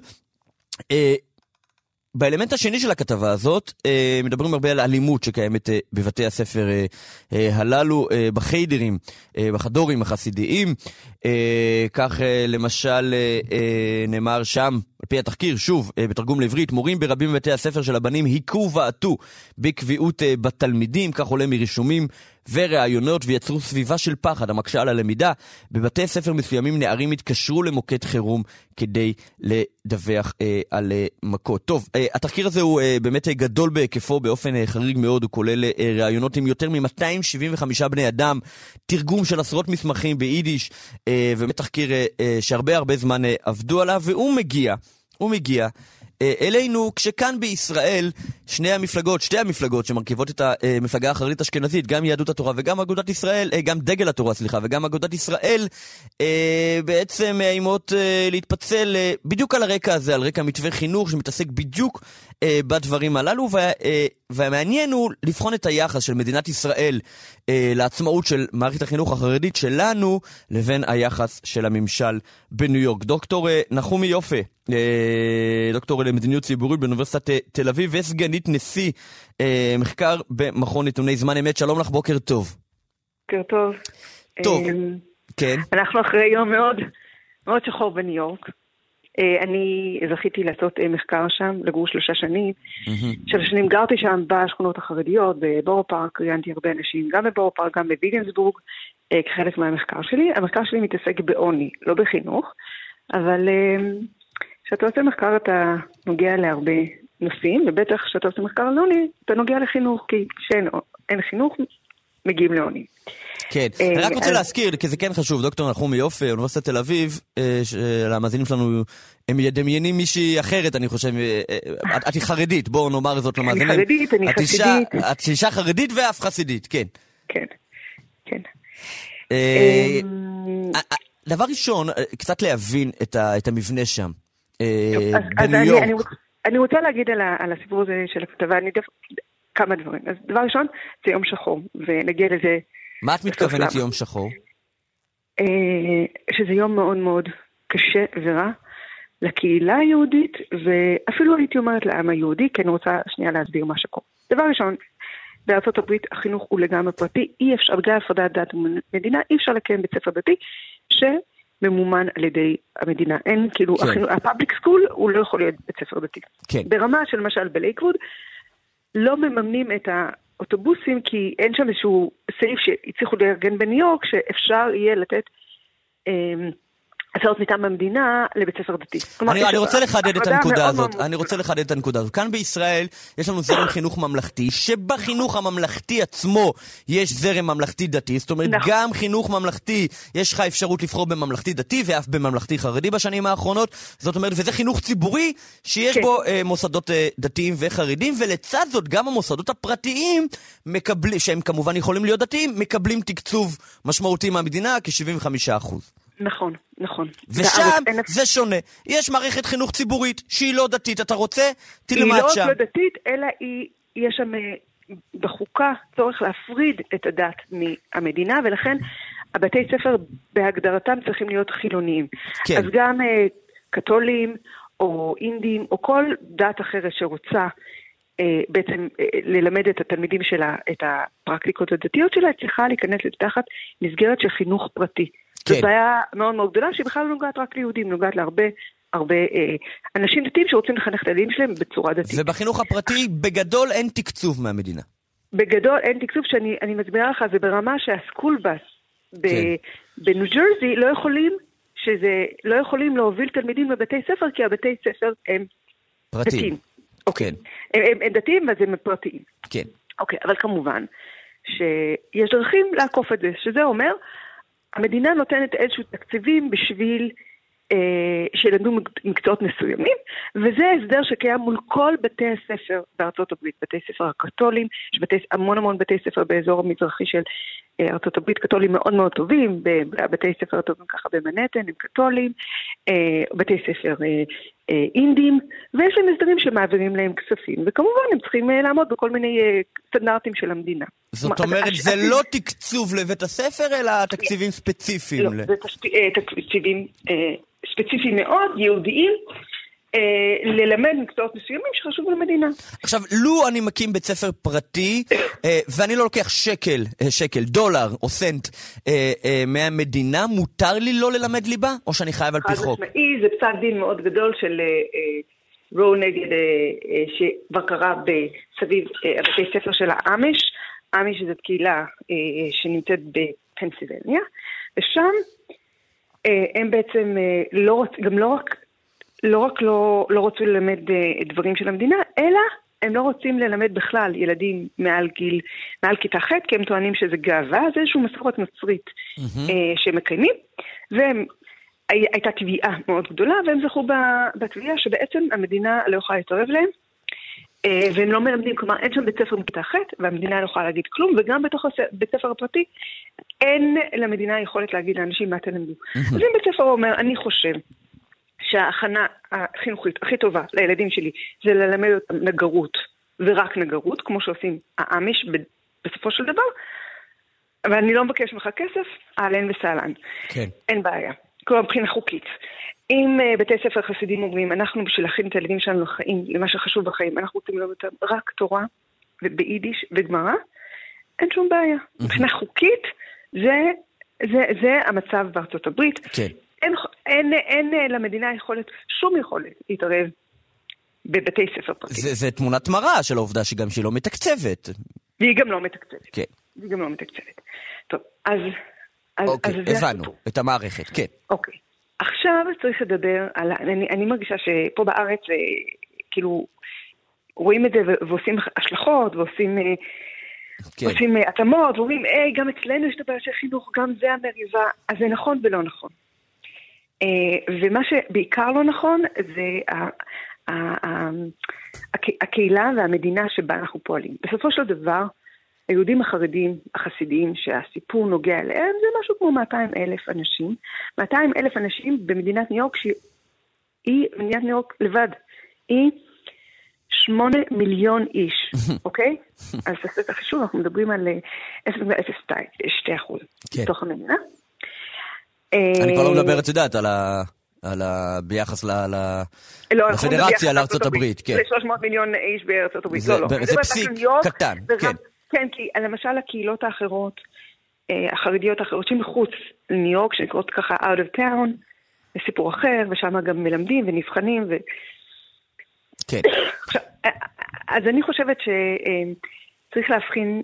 באלמנט השני של הכתבה הזאת, מדברים הרבה על אלימות שקיימת בבתי הספר הללו, בחיידרים, בחדורים החסידיים. כך למשל נאמר שם, על פי התחקיר, שוב, בתרגום לעברית, מורים ברבים בבתי הספר של הבנים היכו ועטו בקביעות בתלמידים, כך עולה מרישומים ורעיונות, ויצרו סביבה של פחד המקשה על הלמידה. בבתי ספר מסוימים נערים התקשרו למוקד חירום כדי לדווח אה, על אה, מכות. טוב, אה, התחקיר הזה הוא אה, באמת גדול בהיקפו באופן אה, חריג מאוד, הוא כולל אה, רעיונות עם יותר מ-מאתיים שבעים וחמישה בני אדם, תרגום של עשרות מסמכים ביידיש, אה, ובאמת תחקיר אה, אה, שהרבה הרבה זמן אה, עבדו עליו, והוא מגיע, הוא מגיע, אלינו, כשכאן בישראל שני המפלגות, שתי המפלגות שמרכיבות את המפלגה החרדית אשכנזית, גם יהדות התורה וגם אגודת ישראל, גם דגל התורה, סליחה, וגם אגודת ישראל, בעצם מאיימות להתפצל בדיוק על הרקע הזה, על רקע מתווה חינוך שמתעסק בדיוק בדברים הללו, והמעניין הוא לבחון את היחס של מדינת ישראל לעצמאות של מערכת החינוך החרדית שלנו, לבין היחס של הממשל בניו יורק. דוקטור נחומי יופה, דוקטור למדיניות ציבורית באוניברסיטת תל אביב וסגנית נשיא מחקר במכון נתוני זמן אמת, שלום לך, בוקר טוב. בוקר טוב. טוב, כן. אנחנו אחרי יום מאוד מאוד שחור בניו יורק. אני זכיתי לעשות מחקר שם, לגור שלושה שנים. שלוש שנים גרתי שם בשכונות החרדיות, בבורו פארק, ראיינתי הרבה אנשים, גם בבורו פארק, גם בוויליאמסבורג, כחלק מהמחקר שלי. המחקר שלי מתעסק בעוני, לא בחינוך, אבל כשאתה עושה מחקר אתה נוגע להרבה נושאים, ובטח כשאתה עושה מחקר על עוני, אתה נוגע לחינוך, כי כשאין אין חינוך, מגיעים לעוני. כן, אני רק רוצה להזכיר, כי זה כן חשוב, דוקטור נחומי יופי, אוניברסיטת תל אביב, המאזינים שלנו, הם ידמיינים מישהי אחרת, אני חושב, את היא חרדית, בואו נאמר זאת למאזינים. אני חרדית, אני חסידית. את אישה חרדית ואף חסידית, כן. כן, כן. דבר ראשון, קצת להבין את המבנה שם, בניו יורק. אני רוצה להגיד על הסיפור הזה של הכתבה, אני דווקא כמה דברים. אז דבר ראשון, זה יום שחור, ונגיע לזה... מה את מתכוונת יום שחור? שזה יום מאוד מאוד קשה ורע לקהילה היהודית, ואפילו הייתי אומרת לעם היהודי, כי אני רוצה שנייה להסביר מה שקורה. דבר ראשון, בארצות הברית החינוך הוא לגמרי פרטי, אי אפשר, בגלל הפרדת דת ומדינה, אי אפשר לקיים בית ספר דתי, שממומן על ידי המדינה. אין, כאילו, הפאבליק סקול הוא לא יכול להיות בית ספר דתי. ברמה של למשל בלייקווד, לא מממנים את האוטובוסים, כי אין שם איזשהו סעיף שהצליחו לארגן בניו יורק, שאפשר יהיה לתת הצעות מטעם המדינה לבית ספר דתי. אני רוצה לחדד את הנקודה הזאת. אני רוצה לחדד את הנקודה הזאת. כאן בישראל יש לנו זרם חינוך ממלכתי, שבחינוך הממלכתי עצמו יש זרם ממלכתי דתי. זאת אומרת, גם חינוך ממלכתי, יש לך אפשרות לבחור בממלכתי דתי, ואף בממלכתי חרדי בשנים האחרונות. זאת אומרת, וזה חינוך ציבורי, שיש בו מוסדות דתיים וחרדים, ולצד זאת גם המוסדות הפרטיים, שהם כמובן יכולים להיות דתיים, מקבלים תקצוב משמעותי מהמדינה, כ-שבעים וחמישה אחוז. נכון, נכון. ושם זה שונה. יש מערכת חינוך ציבורית שהיא לא דתית. אתה רוצה? תלמד שם. היא לא דתית, אלא היא, יש שם בחוקה צורך להפריד את הדת מהמדינה, ולכן הבתי ספר בהגדרתם צריכים להיות חילוניים. כן. אז גם קתולים או אינדים או כל דת אחרת שרוצה בעצם ללמד את התלמידים שלה את הפרקטיקות הדתיות שלה, צריכה להיכנס לתחת מסגרת של חינוך פרטי. זו בעיה מאוד מאוד גדולה, שבכלל לא נוגעת רק ליהודים, נוגעת להרבה הרבה אה, אנשים דתיים שרוצים לחנך את הילדים שלהם בצורה דתית. ובחינוך הפרטי בגדול אין תקצוב מהמדינה. בגדול אין תקצוב, שאני אני מסבירה לך, זה ברמה שהסקול בס ב, כן. בניו ג'רזי לא יכולים, שזה, לא יכולים להוביל תלמידים לבתי ספר, כי הבתי ספר הם פרטיים. דתיים. אוקיי. הם, הם, הם דתיים, אז הם פרטיים. כן. אוקיי, אבל כמובן שיש דרכים לעקוף את זה, שזה אומר... המדינה נותנת איזשהו תקציבים בשביל אה, שילמדו מקצועות מסוימים, וזה הסדר שקיים מול כל בתי הספר בארצות הברית, בתי ספר הקתולים, יש בתי, המון המון בתי ספר באזור המזרחי של אה, ארצות הברית, קתולים מאוד מאוד טובים, בתי ספר הטובים ככה במנהטן, הם קתולים, אה, בתי ספר אה, אה, אינדים, ויש להם הסדרים שמעבירים להם כספים, וכמובן הם צריכים אה, לעמוד בכל מיני אה, סטנדרטים של המדינה. זאת אומרת, זה לא תקצוב לבית הספר, אלא תקציבים ספציפיים. לא, זה תקציבים ספציפיים מאוד, יהודיים, ללמד מקצועות מסוימים שחשוב למדינה. עכשיו, לו אני מקים בית ספר פרטי, ואני לא לוקח שקל, שקל, דולר או סנט מהמדינה, מותר לי לא ללמד ליבה? או שאני חייב על פי חוק? זה פסק דין מאוד גדול של... רו נגד שכבר קרה בסביב הבתי ספר של האמיש, אמיש זאת קהילה שנמצאת בפנסילבניה, ושם הם בעצם לא, גם לא רק, לא, רק לא, לא רוצים ללמד דברים של המדינה, אלא הם לא רוצים ללמד בכלל ילדים מעל גיל, מעל כיתה ח', כי הם טוענים שזה גאווה, זה איזשהו מסורת נוצרית mm-hmm. שהם מקיימים, והם הייתה תביעה מאוד גדולה, והם זכו בתביעה שבעצם המדינה לא יכולה להתערב להם, והם לא מלמדים, כלומר אין שם בית ספר מכיתה ח' והמדינה לא יכולה להגיד כלום, וגם בתוך בית ספר הפרטי אין למדינה יכולת להגיד לאנשים מה תלמדו. אז אם בית ספר אומר, אני חושב שההכנה החינוכית הכי טובה לילדים שלי זה ללמד אותם נגרות ורק נגרות, כמו שעושים האמיש בסופו של דבר, אבל אני לא מבקש ממך כסף, אהלן וסהלן. כן. אין בעיה. כלומר, מבחינה חוקית. אם uh, בתי ספר חסידים אומרים, אנחנו בשביל להכין את הילדים שלנו לחיים, למה שחשוב בחיים, אנחנו רוצים ללמוד אותם רק תורה וביידיש וגמרא, אין שום בעיה. Mm-hmm. מבחינה חוקית, זה, זה, זה המצב בארצות הברית. כן. אין, אין, אין, אין למדינה יכולת, שום יכולת להתערב בבתי ספר פרטיים. זה, זה תמונת מראה של העובדה שגם שהיא לא מתקצבת. והיא גם לא מתקצבת. כן. והיא גם לא מתקצבת. טוב, אז... אוקיי, הבנו את המערכת, כן. אוקיי. עכשיו צריך לדבר על... אני, אני מרגישה שפה בארץ, כאילו, רואים את זה ועושים השלכות, ועושים כן. עושים התאמות, ואומרים, היי, גם אצלנו יש את הבעיה של חינוך, גם זה המריבה, אז זה נכון ולא נכון. ומה שבעיקר לא נכון, זה הקהילה והמדינה שבה אנחנו פועלים. בסופו של דבר, היהודים החרדים, החסידים, שהסיפור נוגע אליהם, זה משהו כמו מאתיים אלף אנשים. מאתיים אלף אנשים במדינת ניו יורק, שהיא, מדינת ניו יורק לבד, היא שמונה מיליון איש, אוקיי? אז תעשה את החישוב, אנחנו מדברים על אפס נקודה אפס שתיים אחוז בתוך המדינה. אני כבר לא מדבר, את יודעת, על ביחס לפדרציה לארצות הברית, כן. ל-שלוש מאות מיליון איש בארצות הברית, לא, לא. זה פסיק קטן, כן. כן, כי למשל הקהילות האחרות, החרדיות האחרות שמחוץ לניו יורק, שנקראות ככה out of town, זה סיפור אחר, ושם גם מלמדים ונבחנים ו... כן. עכשיו, אז אני חושבת שצריך להבחין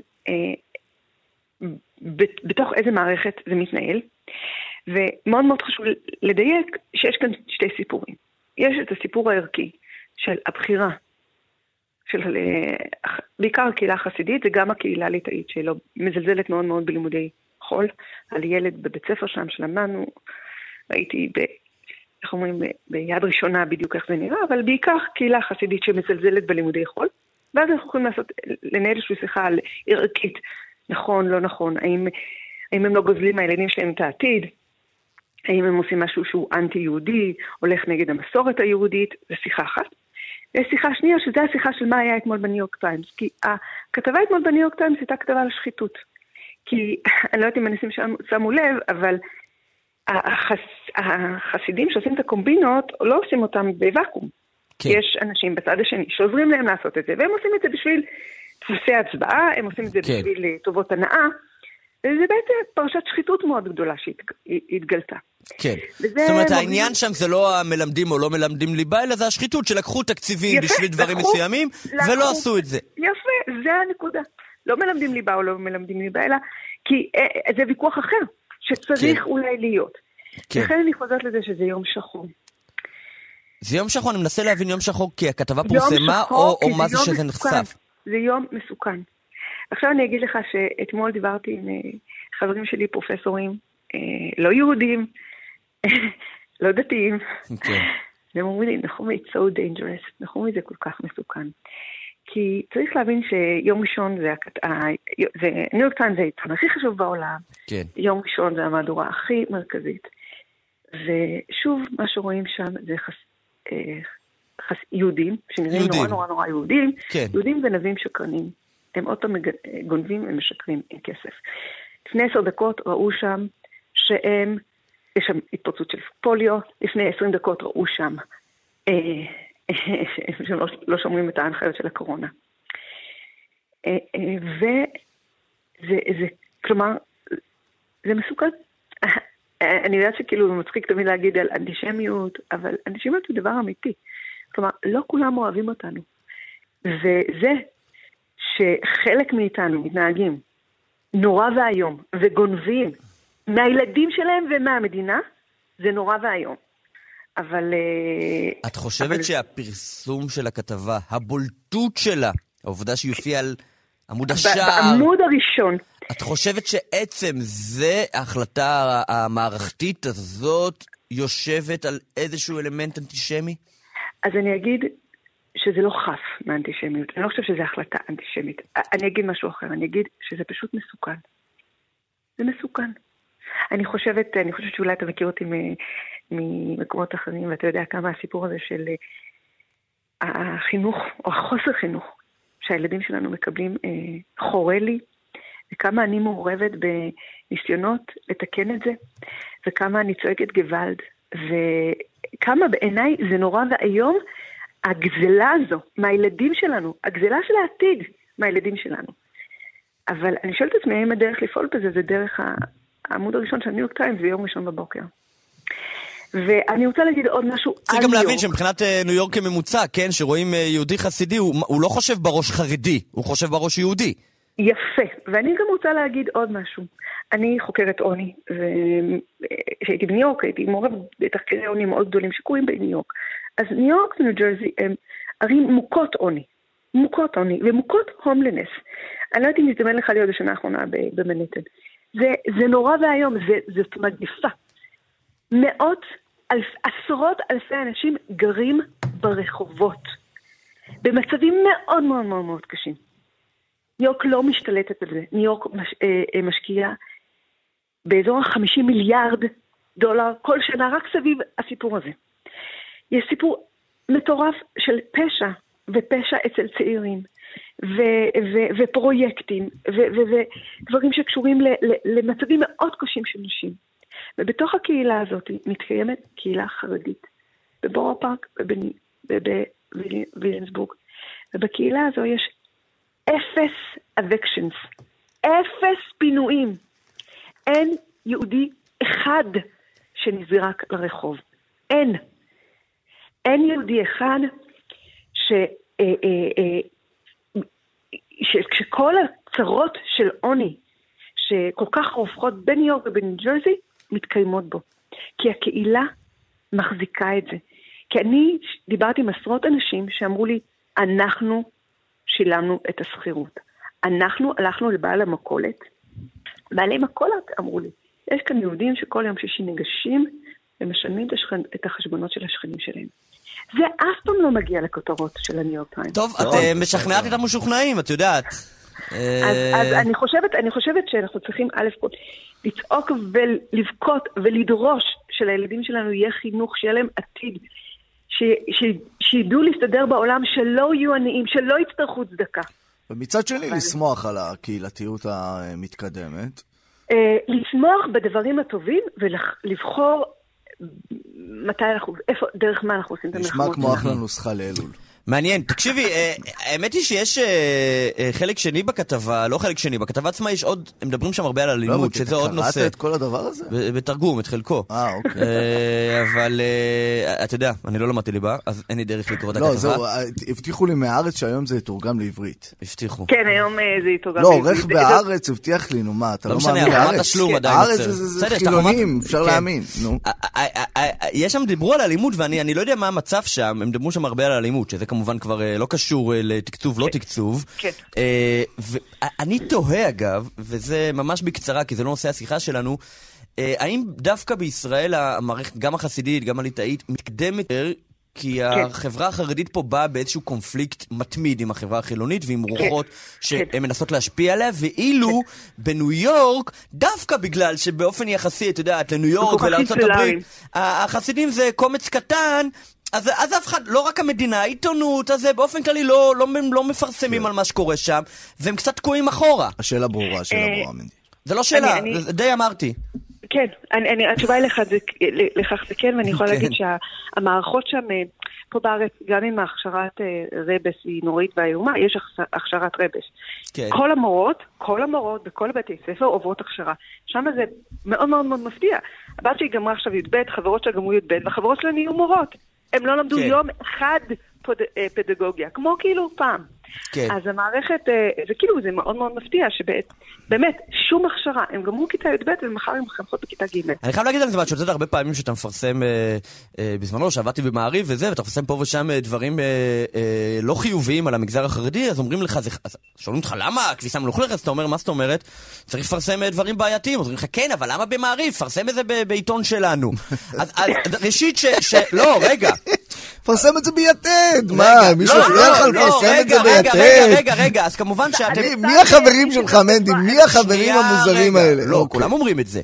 בתוך איזה מערכת זה מתנהל, ומאוד מאוד חשוב לדייק שיש כאן שתי סיפורים. יש את הסיפור הערכי של הבחירה, של בעיקר הקהילה החסידית, וגם הקהילה הליטאית שלו מזלזלת מאוד מאוד בלימודי חול, על ילד בבית ספר שם שלמדנו, ראיתי ב... איך אומרים, ביד ראשונה בדיוק איך זה נראה, אבל בעיקר קהילה חסידית שמזלזלת בלימודי חול, ואז אנחנו יכולים לעשות, לנהל איזושהי שיחה על ערכית, נכון, לא נכון, האם, האם הם לא גוזלים מהילדים שלהם את העתיד, האם הם עושים משהו שהוא אנטי-יהודי, הולך נגד המסורת היהודית, זו שיחה אחת. ויש שיחה שנייה, שזו השיחה של מה היה אתמול בניו יורק טיימס, כי הכתבה אתמול בניו יורק טיימס הייתה כתבה על השחיתות. כי, אני לא יודעת אם אנשים שמו לב, אבל החס, החסידים שעושים את הקומבינות, לא עושים אותם בוואקום. כן. יש אנשים בצד השני שעוזרים להם לעשות את זה, והם עושים את זה בשביל דפוסי הצבעה, הם עושים את זה כן. בשביל טובות הנאה, וזה בעצם פרשת שחיתות מאוד גדולה שהתגלתה. כן. זאת אומרת, העניין שם זה לא המלמדים או לא מלמדים ליבה, אלא זה השחיתות שלקחו תקציבים בשביל דברים מסוימים, ולא עשו את זה. יפה, זה הנקודה. לא מלמדים ליבה או לא מלמדים ליבה, אלא כי זה ויכוח אחר, שצריך אולי להיות. לכן אני חוזרת לזה שזה יום שחור. זה יום שחור, אני מנסה להבין יום שחור, כי הכתבה פורסמה, או מה זה שזה נחשף? זה יום מסוכן. עכשיו אני אגיד לך שאתמול דיברתי עם חברים שלי, פרופסורים, לא יהודים, לא דתיים. והם אומרים לי, נחומי, it's so dangerous, נחומי זה כל כך מסוכן. כי צריך להבין שיום ראשון זה, ניו יורק טיימס זה העיתון הכי חשוב בעולם, יום ראשון זה המהדורה הכי מרכזית. ושוב, מה שרואים שם זה יהודים, שנראים נורא נורא נורא יהודים, יהודים ונבים שקרנים. הם עוד פעם גונבים, הם משקרים עם כסף. לפני עשר דקות ראו שם שהם, יש שם התפרצות של פוליו, לפני עשרים דקות ראו שם, שהם לא, לא שומרים את ההנחיות של הקורונה. וזה, זה, כלומר, זה מסוכן. אני יודעת שכאילו זה מצחיק תמיד להגיד על אנטישמיות, אבל אנטישמיות הוא דבר אמיתי. כלומר, לא כולם אוהבים אותנו. וזה, שחלק מאיתנו מתנהגים נורא והיום וגונבים מהילדים שלהם ומהמדינה, זה נורא והיום. אבל... את חושבת אבל... שהפרסום של הכתבה, הבולטות שלה, העובדה שיופיע על עמוד השער... בעמוד הראשון. את חושבת שעצם זה, ההחלטה המערכתית הזאת, יושבת על איזשהו אלמנט אנטישמי? אז אני אגיד... שזה לא חף מאנטישמיות. אני לא חושב שזו החלטה אנטישמית. אני אגיד משהו אחר. אני אגיד שזה פשוט מסוכן. זה מסוכן. אני חושבת, אני חושבת שאולי אתה מכיר אותי ממקומות אחרים, ואתה יודע כמה הסיפור הזה של החינוך, או החוסר חינוך, שהילדים שלנו מקבלים חורה לי, וכמה אני מעורבת בניסיונות לתקן את זה, וכמה אני צועקת גוואלד, וכמה בעיניי זה נורא והיום, הגזלה הזו, מהילדים שלנו, הגזלה של העתיד, מהילדים שלנו. אבל אני שואלת את עצמי, האם הדרך לפעול בזה, זה דרך העמוד הראשון של ניו יורק טיימס, ביום ראשון בבוקר. ואני רוצה להגיד עוד משהו על ניו יורק. צריך גם להבין שמבחינת ניו יורק כממוצע, כן, שרואים יהודי חסידי, הוא, הוא לא חושב בראש חרדי, הוא חושב בראש יהודי. יפה, ואני גם רוצה להגיד עוד משהו. אני חוקרת עוני, וכשהייתי בניו יורק, הייתי מעורבת בתחקירי עוני מאוד גדולים שקורים בניו יורק. אז ניו יורק וניו ג'רזי הם ערים מוכות עוני, מוכות עוני ומוכות הומלנס. אני לא יודעת אם נזדמן לך להיות בשנה האחרונה במנהטן. זה, זה נורא והיום, זה, זאת מגפה. מאות, אלף, עשרות אלפי אנשים גרים ברחובות. במצבים מאוד מאוד מאוד מאוד קשים. ניו יורק לא משתלטת על זה. ניו יורק מש, אה, משקיעה באזור ה-חמישים מיליארד דולר כל שנה, רק סביב הסיפור הזה. יש סיפור מטורף של פשע, ופשע אצל צעירים, ו- ו- ופרויקטים, ו- ו- ודברים שקשורים ל- ל- למצבים מאוד קשים של נשים. ובתוך הקהילה הזאת מתקיימת קהילה חרדית, בבורו פארק ובוויליאנסבורג. ובקהילה הזו יש אפס אבקשנס, אפס פינויים. אין יהודי אחד שנזרק לרחוב. אין. אין יהודי אחד ש... שכל הצרות של עוני שכל כך רופחות בניו יורק ובניו ג'רזי מתקיימות בו. כי הקהילה מחזיקה את זה. כי אני דיברתי עם עשרות אנשים שאמרו לי, אנחנו שילמנו את הסחירות. אנחנו הלכנו לבעל המקולת. בעלי מקולת אמרו לי, יש כאן יהודים שכל יום שישי ניגשים ומשלמים את החשבונות של השכנים שלהם. זה אף פעם לא מגיע לכותרות של הניו יורק טיימס. טוב, את משכנעת את המשוכנעים, את יודעת. אז אני חושבת, אני חושבת שאנחנו צריכים א' כל לצעוק ולבכות ולדרוש שלילדים שלנו יהיה חינוך, שיהיה להם עתיד, שידעו להסתדר בעולם, שלא יהיו עניים, שלא יצטרכו צדקה. ומצד שני, לשמוח על הקהילתיות המתקדמת. לשמוח בדברים הטובים ולבחור מתי אנחנו, איפה, דרך מה אנחנו עושים את המלחמות. נשמע כמו אחלה נוסחה לאלול. מעניין, תקשיבי, האמת היא שיש חלק שני בכתבה, לא חלק שני, בכתבה עצמה יש עוד, הם מדברים שם הרבה על אלימות, שזה עוד נושא. קראת את כל הדבר הזה? בתרגום, את חלקו. אה, אוקיי. אבל, אתה יודע, אני לא למדתי ליבה, אז אין לי דרך לקרוא את הכתבה. לא, זהו, הבטיחו לי מהארץ שהיום זה יתורגם לעברית. הבטיחו. כן, היום זה יתורגם לעברית. לא, עורך בארץ הבטיח לי, נו מה, אתה לא מאמין לארץ? הארץ זה חילונים, אפשר להאמין, נו. יש שם דיברו על אלימות, ואני לא יודע מה המצב שם, הם דיברו שם הרבה על אלימות, שזה כמובן כבר לא קשור לתקצוב, לא תקצוב. ואני תוהה אגב, וזה ממש בקצרה, כי זה לא נושא השיחה שלנו, האם דווקא בישראל המערכת, גם החסידית, גם הליטאית, מתקדמת יותר, כי החברה החרדית פה באה באיזשהו קונפליקט מתמיד עם החברה החילונית, ועם רוחות שהן מנסות להשפיע עליה, ואילו בניו יורק, דווקא בגלל שבאופן יחסי, את יודעת, לניו יורק ולארצות הברית, החסידים זה קומץ קטן, אז, אז אף אחד, לא רק המדינה, העיתונות, אז באופן כללי לא, לא, לא מפרסמים כן. על מה שקורה שם, והם קצת תקועים אחורה. השאלה ברורה, השאלה ברורה, מנדי. זה לא שאלה, אני, זה אני... די אמרתי. כן, אני, אני, התשובה היא לכך זה, לכך זה כן, ואני יכולה כן. להגיד שהמערכות שם, פה בארץ, גם עם ההכשרת רבס היא נוראית והאיומה, יש הכשרת רבס. כן. כל המורות, כל המורות בכל בתי ספר עוברות הכשרה. שם זה מאוד מאוד מאוד מפתיע. הבת שהיא גמרה עכשיו י"ב, חברות שלה גמרו י"ב, והחברות שלה נהיו מורות. הם לא למדו כן. יום אחד פד... פדגוגיה, כמו כאילו פעם. כן. אז המערכת, זה כאילו, זה מאוד מאוד מפתיע, שבאמת, שום הכשרה, הם גמרו כיתה י"ב ומחר הם מחנכות בכיתה ג'. אני חייב להגיד על זה, ואת שותת הרבה פעמים שאתה מפרסם אה, אה, בזמנו, שעבדתי במעריב וזה, ואתה מפרסם פה ושם דברים אה, אה, לא חיוביים על המגזר החרדי, אז אומרים לך, זה, אז שואלים אותך, למה הכביסה מלוכלכת? אתה אומר, מה זאת אומרת? צריך לפרסם דברים בעייתיים. אז אומרים לך, כן, אבל למה במעריב? פרסם את זה ב- בעיתון שלנו. אז, אז ראשית ש... ש... לא, רגע. פרסם את זה ביתד, מה? מישהו הפריע לך לפרסם את זה ביתד? רגע, רגע, רגע, אז כמובן שאתם... מי החברים שלך, מנדי? מי החברים המוזרים האלה? לא, כולם אומרים את זה.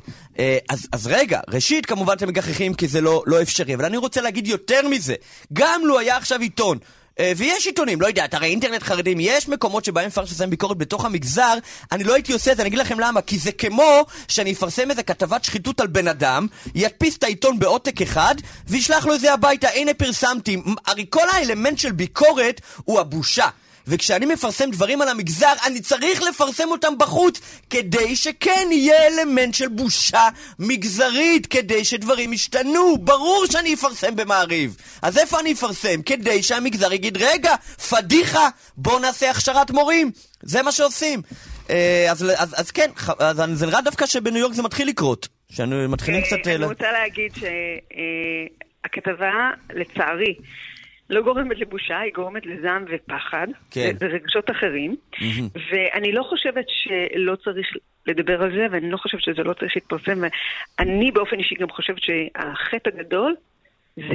אז רגע, ראשית, כמובן אתם מגחכים כי זה לא אפשרי, אבל אני רוצה להגיד יותר מזה. גם לו היה עכשיו עיתון, ויש עיתונים, לא יודע, אתרי אינטרנט חרדים, יש מקומות שבהם אפשר לפרסם ביקורת בתוך המגזר, אני לא הייתי עושה את זה, אני אגיד לכם למה, כי זה כמו שאני אפרסם איזה כתבת שחיתות על בן אדם, ידפיס את העיתון בעותק אחד, וישלח לו איזה הביתה, הנה פרסמתי. הרי כל האלמנט של ביקורת הוא הבושה. וכשאני מפרסם דברים על המגזר, אני צריך לפרסם אותם בחוץ, כדי שכן יהיה אלמנט של בושה מגזרית, כדי שדברים ישתנו. ברור שאני אפרסם במעריב. אז איפה אני אפרסם? כדי שהמגזר יגיד, רגע, פדיחה, בוא נעשה הכשרת מורים. זה מה שעושים. אז, אז, אז כן, אז זה נראה דווקא שבניו יורק זה מתחיל לקרות. שאנו מתחילים קצת... אני רוצה להגיד שהכתבה, לצערי, לא גורמת לבושה, היא גורמת לזעם ופחד, כן. ורגשות אחרים, ואני לא חושבת שלא צריך לדבר על זה, ואני לא חושבת שזה לא צריך להתפרסם, ואני באופן אישי גם חושבת שהחטא הגדול זה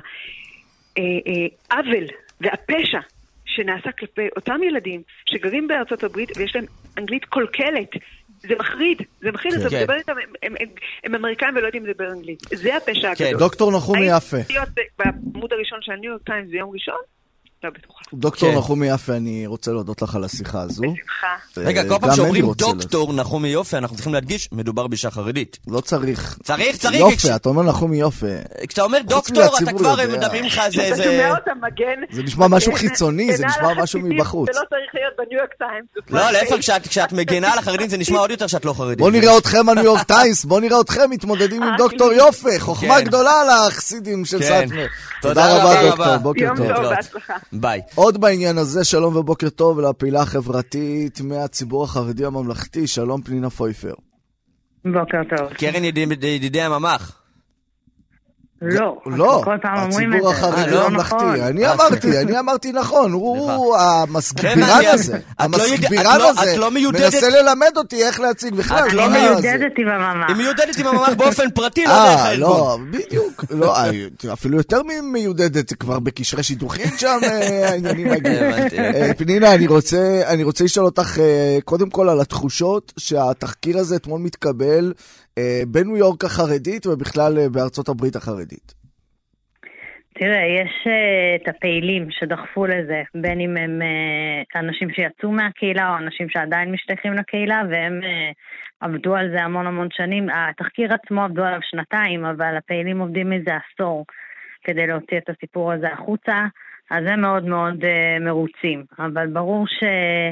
העוול והפשע שנעשה כלפי אותם ילדים שגרים בארצות הברית ויש להם אנגלית קולקלת. זה מחריד, זה מחריד, אתה מדבר איתם, הם אמריקאים ולא יודעים לדבר אנגלית. זה הפשע הגדול. דוקטור נחומי יפה. בעמוד הראשון של הניו יורק טיימס זה יום ראשון? לא בטוחה. דוקטור נחומי יפה, אני רוצה להודות לך על השיחה הזו. בשמחה. רגע, כל פעם שאומרים דוקטור נחומי יפה, אנחנו צריכים להדגיש, מדובר באישה חרדית. לא צריך. צריך, צריך. יפה, אתה אומר נחומי יפה. כשאתה אומר דוקטור, אתה כבר מדברים לך זה... אתה שומע אותה מגן. זה נשמע משהו חיצוני, זה נשמע משהו מבחוץ. זה לא צריך להיות בניו יורק טיימס. לא, להפך, כשאת מגנה על החרדים, זה נשמע עוד יותר שאת לא חרדית. בוא נראה אתכם הניו יורק טיימס, בוא נראה אתכם מתמודדים עם דוקטור יפה, חוכמה גדולה לחסידים של סאטמר. תודה רבה דוקטור, בוקר טוב. ביי. עוד בעניין הזה, שלום ובוקר טוב לפעילה החברתית מהציבור החרדי הממלכתי, שלום פנינה פויפר. בוקר טוב. קרן ידידי הממ"ח. לא, לא, הציבור החרדי הממלכתי, אני אמרתי, אני אמרתי נכון, הוא המסבירן הזה, המסבירן הזה, מנסה ללמד אותי איך להציג בכלל. היא מיודדת עם הממ"ח. היא מיודדת עם הממ"ח באופן פרטי, לא דרך הארגון. לא, בדיוק, אפילו יותר ממיודדת, כבר בקשרי שידוכים שם, העניינים מגיעים. פנינה, אני רוצה לשאול אותך קודם כל על התחושות שהתחקיר הזה אתמול מתקבל בניו יורק החרדית ובכלל בארצות הברית החרדית. תראה, יש uh, את הפעילים שדחפו לזה, בין אם הם uh, אנשים שיצאו מהקהילה או אנשים שעדיין משתייכים לקהילה, והם uh, עבדו על זה המון המון שנים. התחקיר עצמו עבדו עליו שנתיים, אבל הפעילים עובדים מזה עשור כדי להוציא את הסיפור הזה החוצה, אז הם מאוד מאוד uh, מרוצים. אבל ברור ש...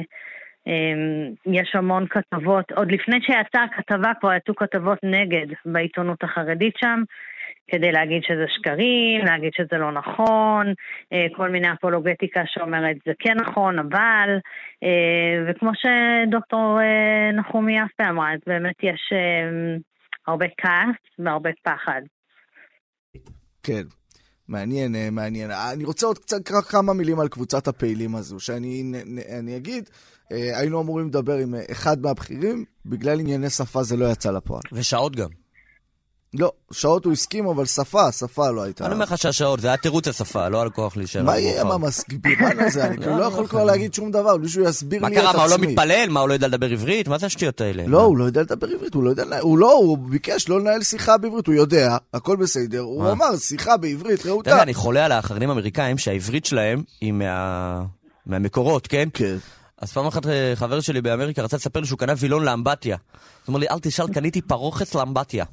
יש המון כתבות, עוד לפני שיצאה הכתבה כבר יצאו כתבות נגד בעיתונות החרדית שם, כדי להגיד שזה שקרים, להגיד שזה לא נכון, כל מיני אפולוגטיקה שאומרת זה כן נכון, אבל, וכמו שדוקטור נחומי יפה אמרה, באמת יש הרבה כעס והרבה פחד. כן. מעניין, מעניין. אני רוצה עוד קצת כמה מילים על קבוצת הפעילים הזו, שאני אני אגיד, היינו אמורים לדבר עם אחד מהבחירים, בגלל ענייני שפה זה לא יצא לפועל. ושעות גם. לא, שעות הוא הסכים, אבל שפה, שפה לא הייתה. אני אומר לך שהשעות, זה היה תירוץ השפה, לא על כוח להישאר. מה יהיה מה מסבירן הזה? אני לא יכול כבר להגיד שום דבר, מישהו יסביר לי את עצמי. מה קרה, מה הוא לא מתפלל? מה הוא לא יודע לדבר עברית? מה זה השטויות האלה? לא, הוא לא יודע לדבר עברית, הוא לא יודע, הוא לא, הוא ביקש לא לנהל שיחה בעברית, הוא יודע, הכל בסדר, הוא אמר, שיחה בעברית, ראו אותה. אני חולה על החרדים האמריקאים שהעברית שלהם היא מהמקורות, כן? כן. אז פעם אחת חבר שלי באמריקה רצה לספר לי שהוא קנה וילון לאמבטיה. זאת אומרת לי, אל תשאל, קניתי פרוחת לאמבטיה.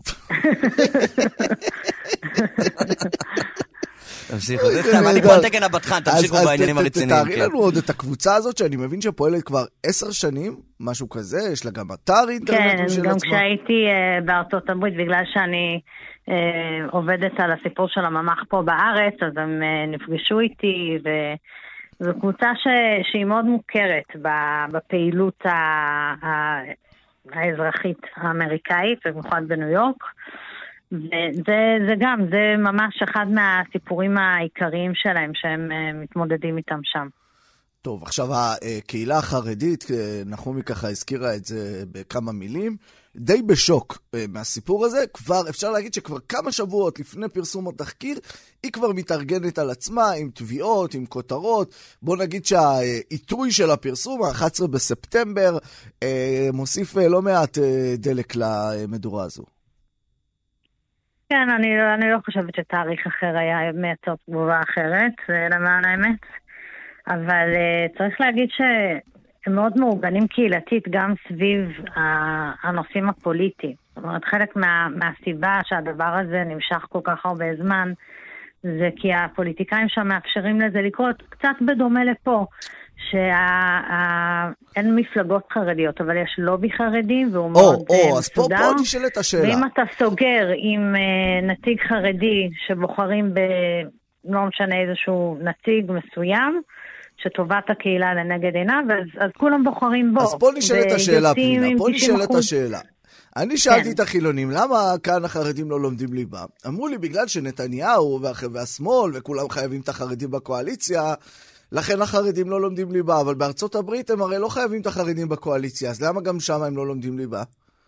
תמשיכו, זה סתם, אני כבר תקן הבטחן, תמשיכו בעניינים הרציניים. תארי לנו עוד את הקבוצה הזאת שאני מבין שפועלת כבר עשר שנים, משהו כזה, יש לה גם אתר אינטרנט משל עצמה. כן, גם כשהייתי בארצות הברית, בגלל שאני עובדת על הסיפור של הממ"ח פה בארץ, אז הם נפגשו איתי ו... זו קבוצה ש... שהיא מאוד מוכרת בפעילות ה... האזרחית האמריקאית, במיוחד בניו יורק. וזה זה גם, זה ממש אחד מהסיפורים העיקריים שלהם שהם מתמודדים איתם שם. טוב, עכשיו הקהילה החרדית, נחומי ככה הזכירה את זה בכמה מילים, די בשוק מהסיפור הזה, כבר אפשר להגיד שכבר כמה שבועות לפני פרסום התחקיר, היא כבר מתארגנת על עצמה עם תביעות, עם כותרות, בוא נגיד שהעיתוי של הפרסום, ה-אחד עשר בספטמבר, מוסיף לא מעט דלק למדורה הזו. כן, אני, אני לא חושבת שתאריך אחר היה מייצר תגובה אחרת, למען האמת. אבל uh, צריך להגיד שהם מאוד מאורגנים קהילתית גם סביב uh, הנושאים הפוליטיים. זאת אומרת, חלק מה, מהסיבה שהדבר הזה נמשך כל כך הרבה זמן, זה כי הפוליטיקאים שם מאפשרים לזה לקרות קצת בדומה לפה, שאין מפלגות חרדיות, אבל יש לובי חרדים, והוא מאוד מסודר. אז פה, פה נשאלת השאלה. ואם אתה סוגר עם uh, נציג חרדי שבוחרים ב... לא משנה איזשהו נציג מסוים, שטובת הקהילה לנגד עיניו, אז, אז כולם בוחרים בו. אז פה נשאלת השאלה, פנינה, פה נשאלת השאלה. אני שאלתי את החילונים, למה כאן החרדים לא לומדים ליבה? אמרו לי, בגלל שנתניהו והשמאל וכולם חייבים את החרדים בקואליציה, לכן החרדים לא לומדים ליבה, אבל בארצות הברית הם הרי לא חייבים את החרדים בקואליציה, אז למה גם שם הם לא לומדים ליבה?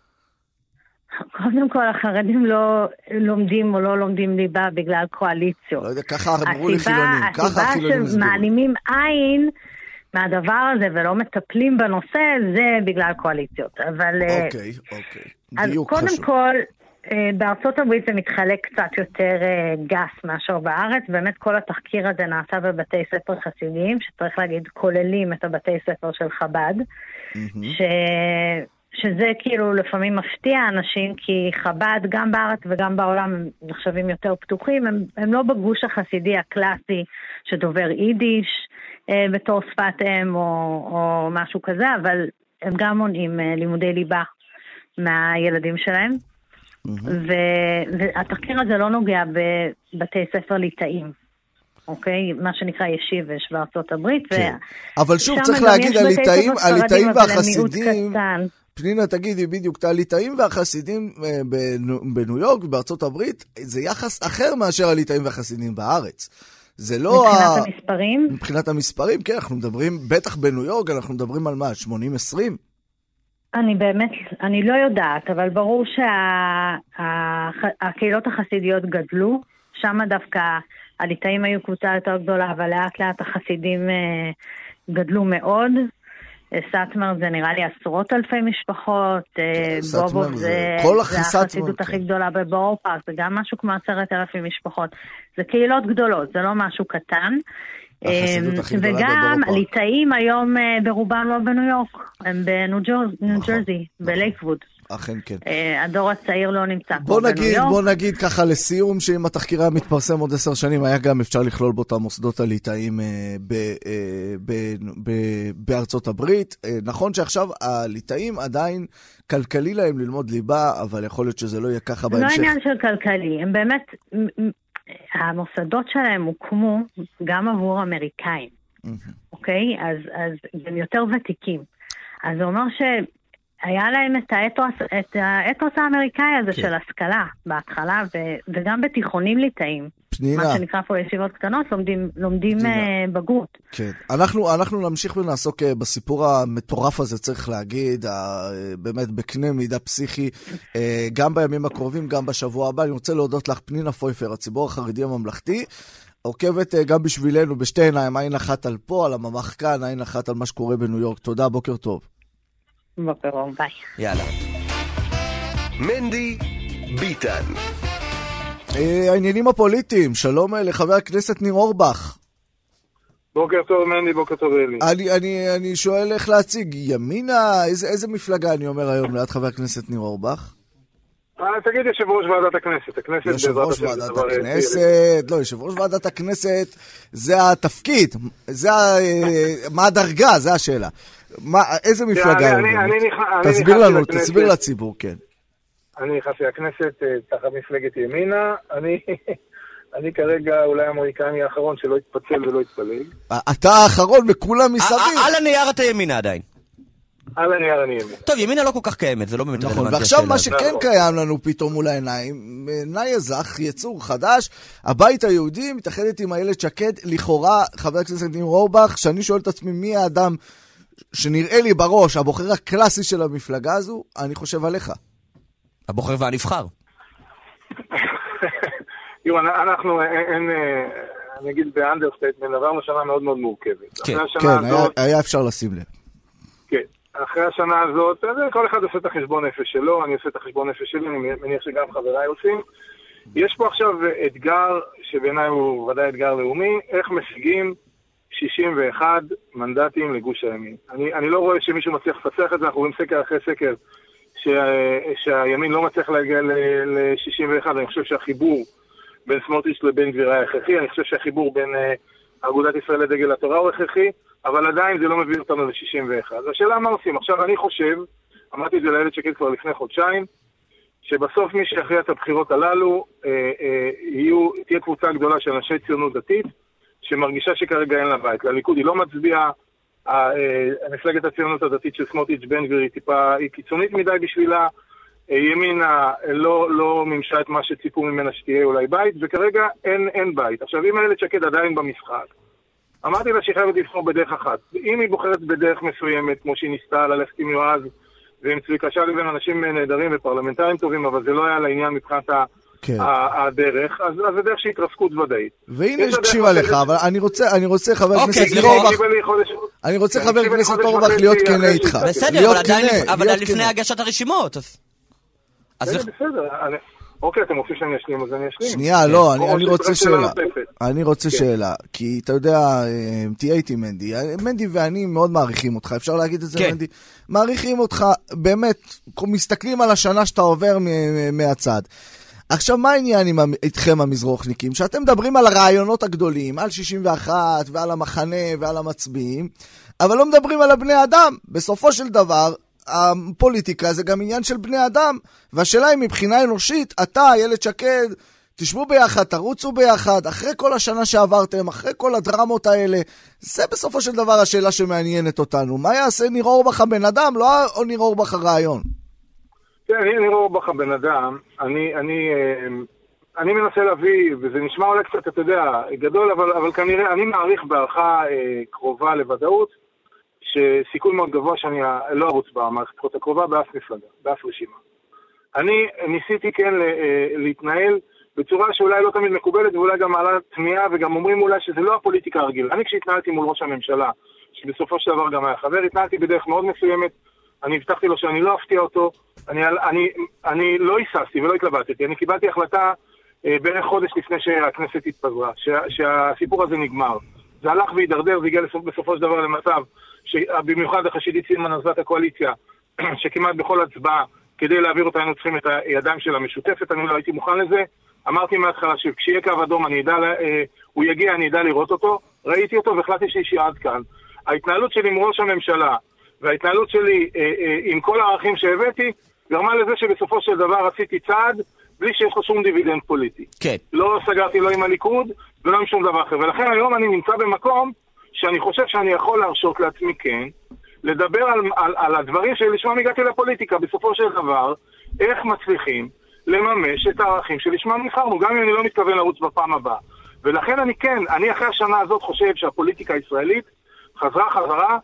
קודם כל, החרדים לא לומדים או לא לומדים ליבה בגלל קואליציות. לא יודע, ככה אמרו לי חילונים, ככה החילונים הסיבה שמעלימים עין מהדבר הזה ולא מטפלים בנושא, זה בגלל קואליציות. אבל... אוקיי, אוקיי. דיוק חשוב. אז קודם כל, בארצות הברית זה מתחלק קצת יותר גס מאשר בארץ. באמת כל התחקיר הזה נעשה בבתי ספר חסידיים, שצריך להגיד, כוללים את הבתי ספר של חב"ד, ש... שזה כאילו לפעמים מפתיע אנשים, כי חב"ד גם בארץ וגם בעולם הם נחשבים יותר פתוחים, הם, הם לא בגוש החסידי הקלאסי שדובר יידיש אה, בתור שפת אם או, או משהו כזה, אבל הם גם מונעים אה, לימודי ליבה מהילדים שלהם, mm-hmm. ו- והתחקיר הזה לא נוגע בבתי ספר ליטאים. אוקיי, מה שנקרא ישיבש בארצות הברית. כן. אבל שוב צריך להגיד, הליטאים, הליטאים והחסידים, פנינה תגידי בדיוק, הליטאים והחסידים בניו יורק ובארצות הברית, זה יחס אחר מאשר הליטאים והחסידים בארץ. זה לא... מבחינת המספרים? מבחינת המספרים, כן, אנחנו מדברים, בטח בניו יורק, אנחנו מדברים על מה, שמונים עשרים? אני באמת, אני לא יודעת, אבל ברור שהקהילות החסידיות גדלו, שם דווקא הליטאים היו קבוצה יותר גדולה, אבל לאט לאט החסידים גדלו מאוד. סאטמר זה נראה לי עשרות אלפי משפחות, בובוב זה החסידות הכי גדולה בבורור פארק, זה גם משהו כמו עשרת אלפים משפחות. זה קהילות גדולות, זה לא משהו קטן. וגם ליטאים היום ברובם לא בניו יורק, הם בניו ג'רזי, בלייקווד. אכן כן. הדור הצעיר לא נמצא פה בניו יורק. בוא נגיד ככה לסיום, שאם התחקיר היה מתפרסם עוד עשר שנים, היה גם אפשר לכלול בו את המוסדות הליטאים בארצות הברית. נכון שעכשיו הליטאים עדיין כלכלי להם ללמוד ליבה, אבל יכול להיות שזה לא יהיה ככה בהמשך. לא עניין של כלכלי, הם באמת... המוסדות שלהם הוקמו גם עבור אמריקאים, אוקיי? אז, אז הם יותר ותיקים. אז זה אומר שהיה להם את האתוס, את האתוס האמריקאי הזה של השכלה בהתחלה, ו, וגם בתיכונים ליטאים. פנינה. מה שנקרא פה ישיבות קטנות, לומדים, לומדים בגרות. כן. אנחנו, אנחנו נמשיך ונעסוק בסיפור המטורף הזה, צריך להגיד, באמת בקנה מידה פסיכי, גם בימים הקרובים, גם בשבוע הבא. אני רוצה להודות לך, פנינה פויפר, הציבור החרדי הממלכתי, עוקבת גם בשבילנו בשתי עיניים, עין אחת על פה, על הממ"ח כאן, עין אחת על מה שקורה בניו יורק. תודה, בוקר טוב. בוקר טוב, ביי. יאללה. מנדי ביטן. העניינים הפוליטיים, שלום לחבר הכנסת ניר אורבך. בוקר טוב מנדי, בוקר טוב אלי. אני, אני, אני שואל איך להציג, ימינה, איזה, איזה מפלגה אני אומר היום ליד חבר הכנסת ניר אורבך? תגיד יושב ראש ועדת הכנסת. הכנסת יושב ראש ועדת הכנסת, לא, יושב ראש ועדת הכנסת זה התפקיד, זה מה הדרגה, זה השאלה. איזה מפלגה? תסביר לנו, תסביר לציבור, כן. אני נכנסתי לכנסת תחת מפלגת ימינה, אני, אני כרגע אולי המוהיקני האחרון שלא יתפצל ולא יתפלג. אתה האחרון וכולם מסביב. על הנייר אתה ימינה עדיין. על הנייר אני ימינה. טוב, ימינה לא כל כך קיימת, זה לא באמת רלוונטי. נכון, ועכשיו מה שכן קיים לנו פתאום מול העיניים, נאי אזרח, יצור חדש, הבית היהודי מתאחדת עם איילת שקד, לכאורה חבר הכנסת ניר אורבך, שאני שואל את עצמי מי האדם שנראה לי בראש, הבוחר הקלאסי של המפלגה הזו, אני חושב עליך. הבוחר והנבחר. יו, אנחנו, אין, נגיד באנדרסטייטמנט, עברנו שנה מאוד מאוד מורכבת. כן, כן, היה אפשר לשים לב. כן, אחרי השנה הזאת, כל אחד עושה את החשבון נפש שלו, אני עושה את החשבון נפש שלי, אני מניח שגם חבריי עושים. יש פה עכשיו אתגר, שבעיניי הוא ודאי אתגר לאומי, איך משיגים שישים ואחד מנדטים לגוש הימין. אני, אני לא רואה שמישהו מצליח לפצח את זה, אנחנו רואים סקר אחרי סקר, שה, שהימין לא מצליח להגיע ל-שישים ואחת, אני חושב שהחיבור בין סמוטריץ' לבין גביר היה הכרחי, אני חושב שהחיבור בין uh, אגודת ישראל לדגל התורה הוא הכרחי, אבל עדיין זה לא מביא אותנו ל-שישים ואחת. השאלה מה עושים? עכשיו אני חושב, אמרתי את זה לאילת שקד כבר לפני חודשיים, שבסוף מי שיכריע את הבחירות הללו, אה, אה, יהיו, תהיה קבוצה גדולה של אנשי ציונות דתית, שמרגישה שכרגע אין לה בית. לליכוד היא לא מצביעה, המפלגת הציונות הדתית של סמוטריץ' בן גביר היא טיפה, היא קיצונית מדי בשבילה, ימינה לא, לא ממשלה את מה שציפו ממנה שתהיה אולי בית, וכרגע אין, אין בית. עכשיו, אם איילת שקד עדיין במשחק, אמרתי לה שהיא חייבת לבחור בדרך אחת. אם היא בוחרת בדרך מסוימת, כמו שהיא ניסתה ללכת עם יועז, ועם צביקה שלי בין אנשים נהדרים ופרלמנטרים טובים, אבל זה לא היה לעניין מבחינת כן. הדרך, אז, אז זה דרך שהתרסקות ודאית. והנה יש קשיבה לך, אבל אני רוצה, אני רוצה חבר הכנסת אורבך, אני רוצה חבר הכנסת אורבך להיות כנה איתך. בסדר, אבל לפני הגשת הרשימות. בסדר, אוקיי, אתם רוצים שאני אשלים, אז אני אשלים. שנייה, לא, אני רוצה שאלה. אני רוצה שאלה, כי אתה יודע, תהיה איתי מנדי. מנדי ואני מאוד מעריכים אותך, אפשר להגיד את זה מנדי? מעריכים אותך, באמת, מסתכלים על השנה שאתה עובר מהצד. עכשיו, מה העניין איתכם המזרוחניקים? שאתם מדברים על הרעיונות הגדולים, על שישים ואחת ועל המחנה ועל המצביעים, אבל לא מדברים על הבני אדם. בסופו של דבר, הפוליטיקה זה גם עניין של בני אדם, והשאלה היא מבחינה אנושית, אתה, איילת שקד, תשבו ביחד, תרוצו ביחד, אחרי כל השנה שעברתם, אחרי כל הדרמות האלה, זה בסופו של דבר השאלה שמעניינת אותנו. מה יעשה ניר אורבך הבן אדם, לא או ניר אורבך הרעיון? אני ניר אורבך הבן אדם, אני, אני, אני מנסה להביא, וזה נשמע אולי קצת, אתה יודע, גדול, אבל, אבל כנראה, אני מעריך בערכה קרובה לוודאות, שסיכוי מאוד גבוה שאני לא ארוץ במערכת בחירות הקרובה באף מפלגה, באף רשימה. אני ניסיתי כן להתנהל בצורה שאולי לא תמיד מקובלת, ואולי גם מעלה תמיהה, וגם אומרים אולי שזה לא הפוליטיקה הרגילה. אני כשהתנהלתי מול ראש הממשלה, שבסופו של דבר גם היה חבר, התנהלתי בדרך מאוד מסוימת, אני הבטחתי לו שאני לא אפתיע אותו, אני, אני, אני לא היססתי ולא התלבטתי, אני קיבלתי החלטה אה, בערך חודש לפני שהכנסת התפזרה, שה, שהסיפור הזה נגמר. זה הלך והידרדר, זה הגיע בסופו של דבר למצב, שבמיוחד החשידית סילמן עזבה את הקואליציה, שכמעט בכל הצבעה, כדי להעביר אותה היינו צריכים את הידיים של המשותפת, אני לא הייתי מוכן לזה, אמרתי מההתחלה שכשיהיה קו אדום אני ידע, אה, הוא יגיע, אני ידע לראות אותו, ראיתי אותו והחלטתי שיש עד כאן. ההתנהלות שלי עם ראש הממשלה, וההתנהלות שלי אה, אה, עם כל הערכים שהבאתי, גרמה לזה שבסופו של דבר עשיתי צעד, בלי שיש לו שום דיבידנד פוליטי. כן. לא סגרתי לא עם הליכוד, ולא עם שום דבר אחר. ולכן היום אני נמצא במקום, שאני חושב שאני יכול להרשות לעצמי כן, לדבר על, על, על הדברים שלשמם הגעתי לפוליטיקה, בסופו של דבר, איך מצליחים לממש את הערכים שלשמם נבחרנו, גם אם אני לא מתכוון לרוץ בפעם הבאה. ולכן אני כן, אני אחרי השנה הזאת חושב שהפוליטיקה הישראלית חזרה חזרה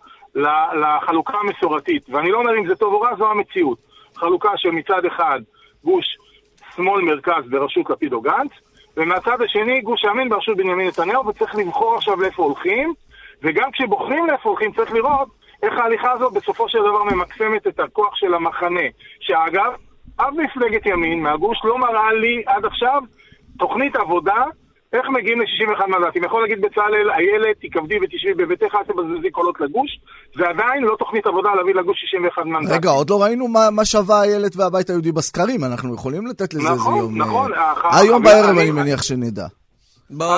לחלוקה המסורתית, ואני לא אומר אם זה טוב או רע, זו המציאות. חלוקה של מצד אחד גוש שמאל מרכז בראשות לפיד או גנץ, ומהצד השני גוש ימין בראשות בנימין נתניהו, וצריך לבחור עכשיו לאיפה הולכים, וגם כשבוחרים לאיפה הולכים צריך לראות איך ההליכה הזאת בסופו של דבר ממקסמת את הכוח של המחנה, שאגב, אף מפלגת ימין מהגוש לא מראה לי עד עכשיו תוכנית עבודה איך מגיעים ל-שישים ואחת מנדטים. יכול להגיד בצלאל, איילת, תכבדי ותשבי בביתך, תבזבזי קולות לגוש, זה עדיין לא תוכנית עבודה להביא לגוש שישים ואחת מנדטים. רגע, עוד לא ראינו מה, מה שווה איילת והבית היהודי בסקרים, אנחנו יכולים לתת לזה נכון, איזה יום. נכון, נכון. היום בערב אני, אני מניח שנדע. בוא,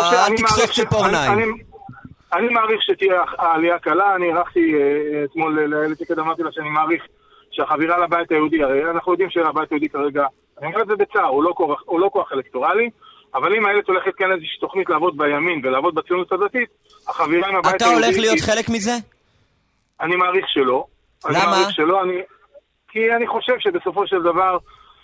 תקסוף ציפורניים. אני מעריך שתהיה העלייה קלה, אני ערכתי אתמול לאיילת שקד, אמרתי לה שאני מעריך שהחבירה לבית היהודי, הרי אנחנו יודעים שהבית היהודי כרגע, אני אומר את זה בצער, הוא לא כוח, הוא לא כוח אלקטורלי, אבל אם האלת הולכת כאן איזושהי תוכנית לעבוד בימין ולעבוד בציונות הדתית, החבירה עם הבית אתה היהודי... אתה הולך להיות חלק מזה? אני מעריך שלא. למה? אני מעריך שלא, אני... כי אני חושב שבסופו של דבר,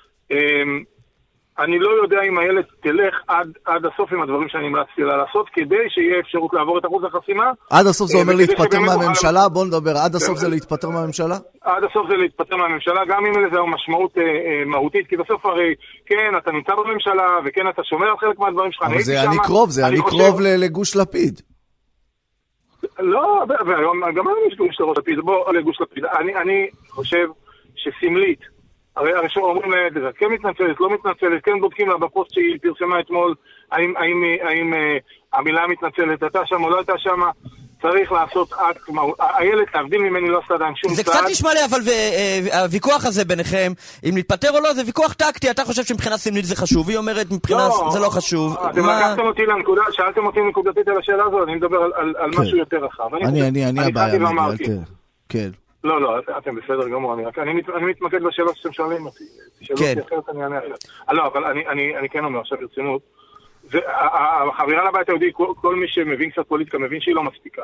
אני לא יודע אם הילד תלך עד, עד הסוף עם הדברים שאני מלצתי לה לעשות, כדי שיהיה אפשרות לעבור את אחוז החסימה. עד הסוף זה אומר להתפטר מהממשלה? בוא נדבר, עד הסוף זה להתפטר מהממשלה? עד הסוף זה להתפטר מהממשלה, גם אם לזה משמעות מהותית, כי בסוף הרי, כן, אתה נמצא בממשלה, וכן, אתה שומר על חלק מהדברים שלך. אבל זה אני קרוב, זה אני קרוב לגוש לפיד. לא, גם אני יש גוש לפיד, בוא, לגוש לפיד. אני חושב שסמלית, הרי הראשון אומרים לה, כן מתנצלת, לא מתנצלת, כן בודקים לה בפוסט שהיא פרסמה אתמול, האם, האם, האם המילה מתנצלת הייתה שם או לא הייתה שם, צריך לעשות אקט, הילד להבדיל ממני לא עשתה עדיין שום צעד. זה קצת נשמע לי, אבל הוויכוח הזה ביניכם, אם להתפטר או לא, זה ויכוח טקטי, אתה חושב שמבחינה סמלית זה חשוב, היא אומרת מבחינה זה לא חשוב. אתם לקחתם אותי לנקודה, שאלתם אותי נקודתית על השאלה הזאת, אני מדבר על משהו יותר רחב. אני, אני, אני הבעיה, כן. לא, לא, אתם בסדר גמור, אני, אני, אני מתמקד בשאלות שאתם שואלים אותי. שאלות כן. אחרת אני אענה אחרת. לא, אבל אני, אני, אני כן אומר עכשיו ברצינות, החבירה לבית היהודי, כל, כל מי שמבין קצת פוליטיקה מבין שהיא לא מספיקה.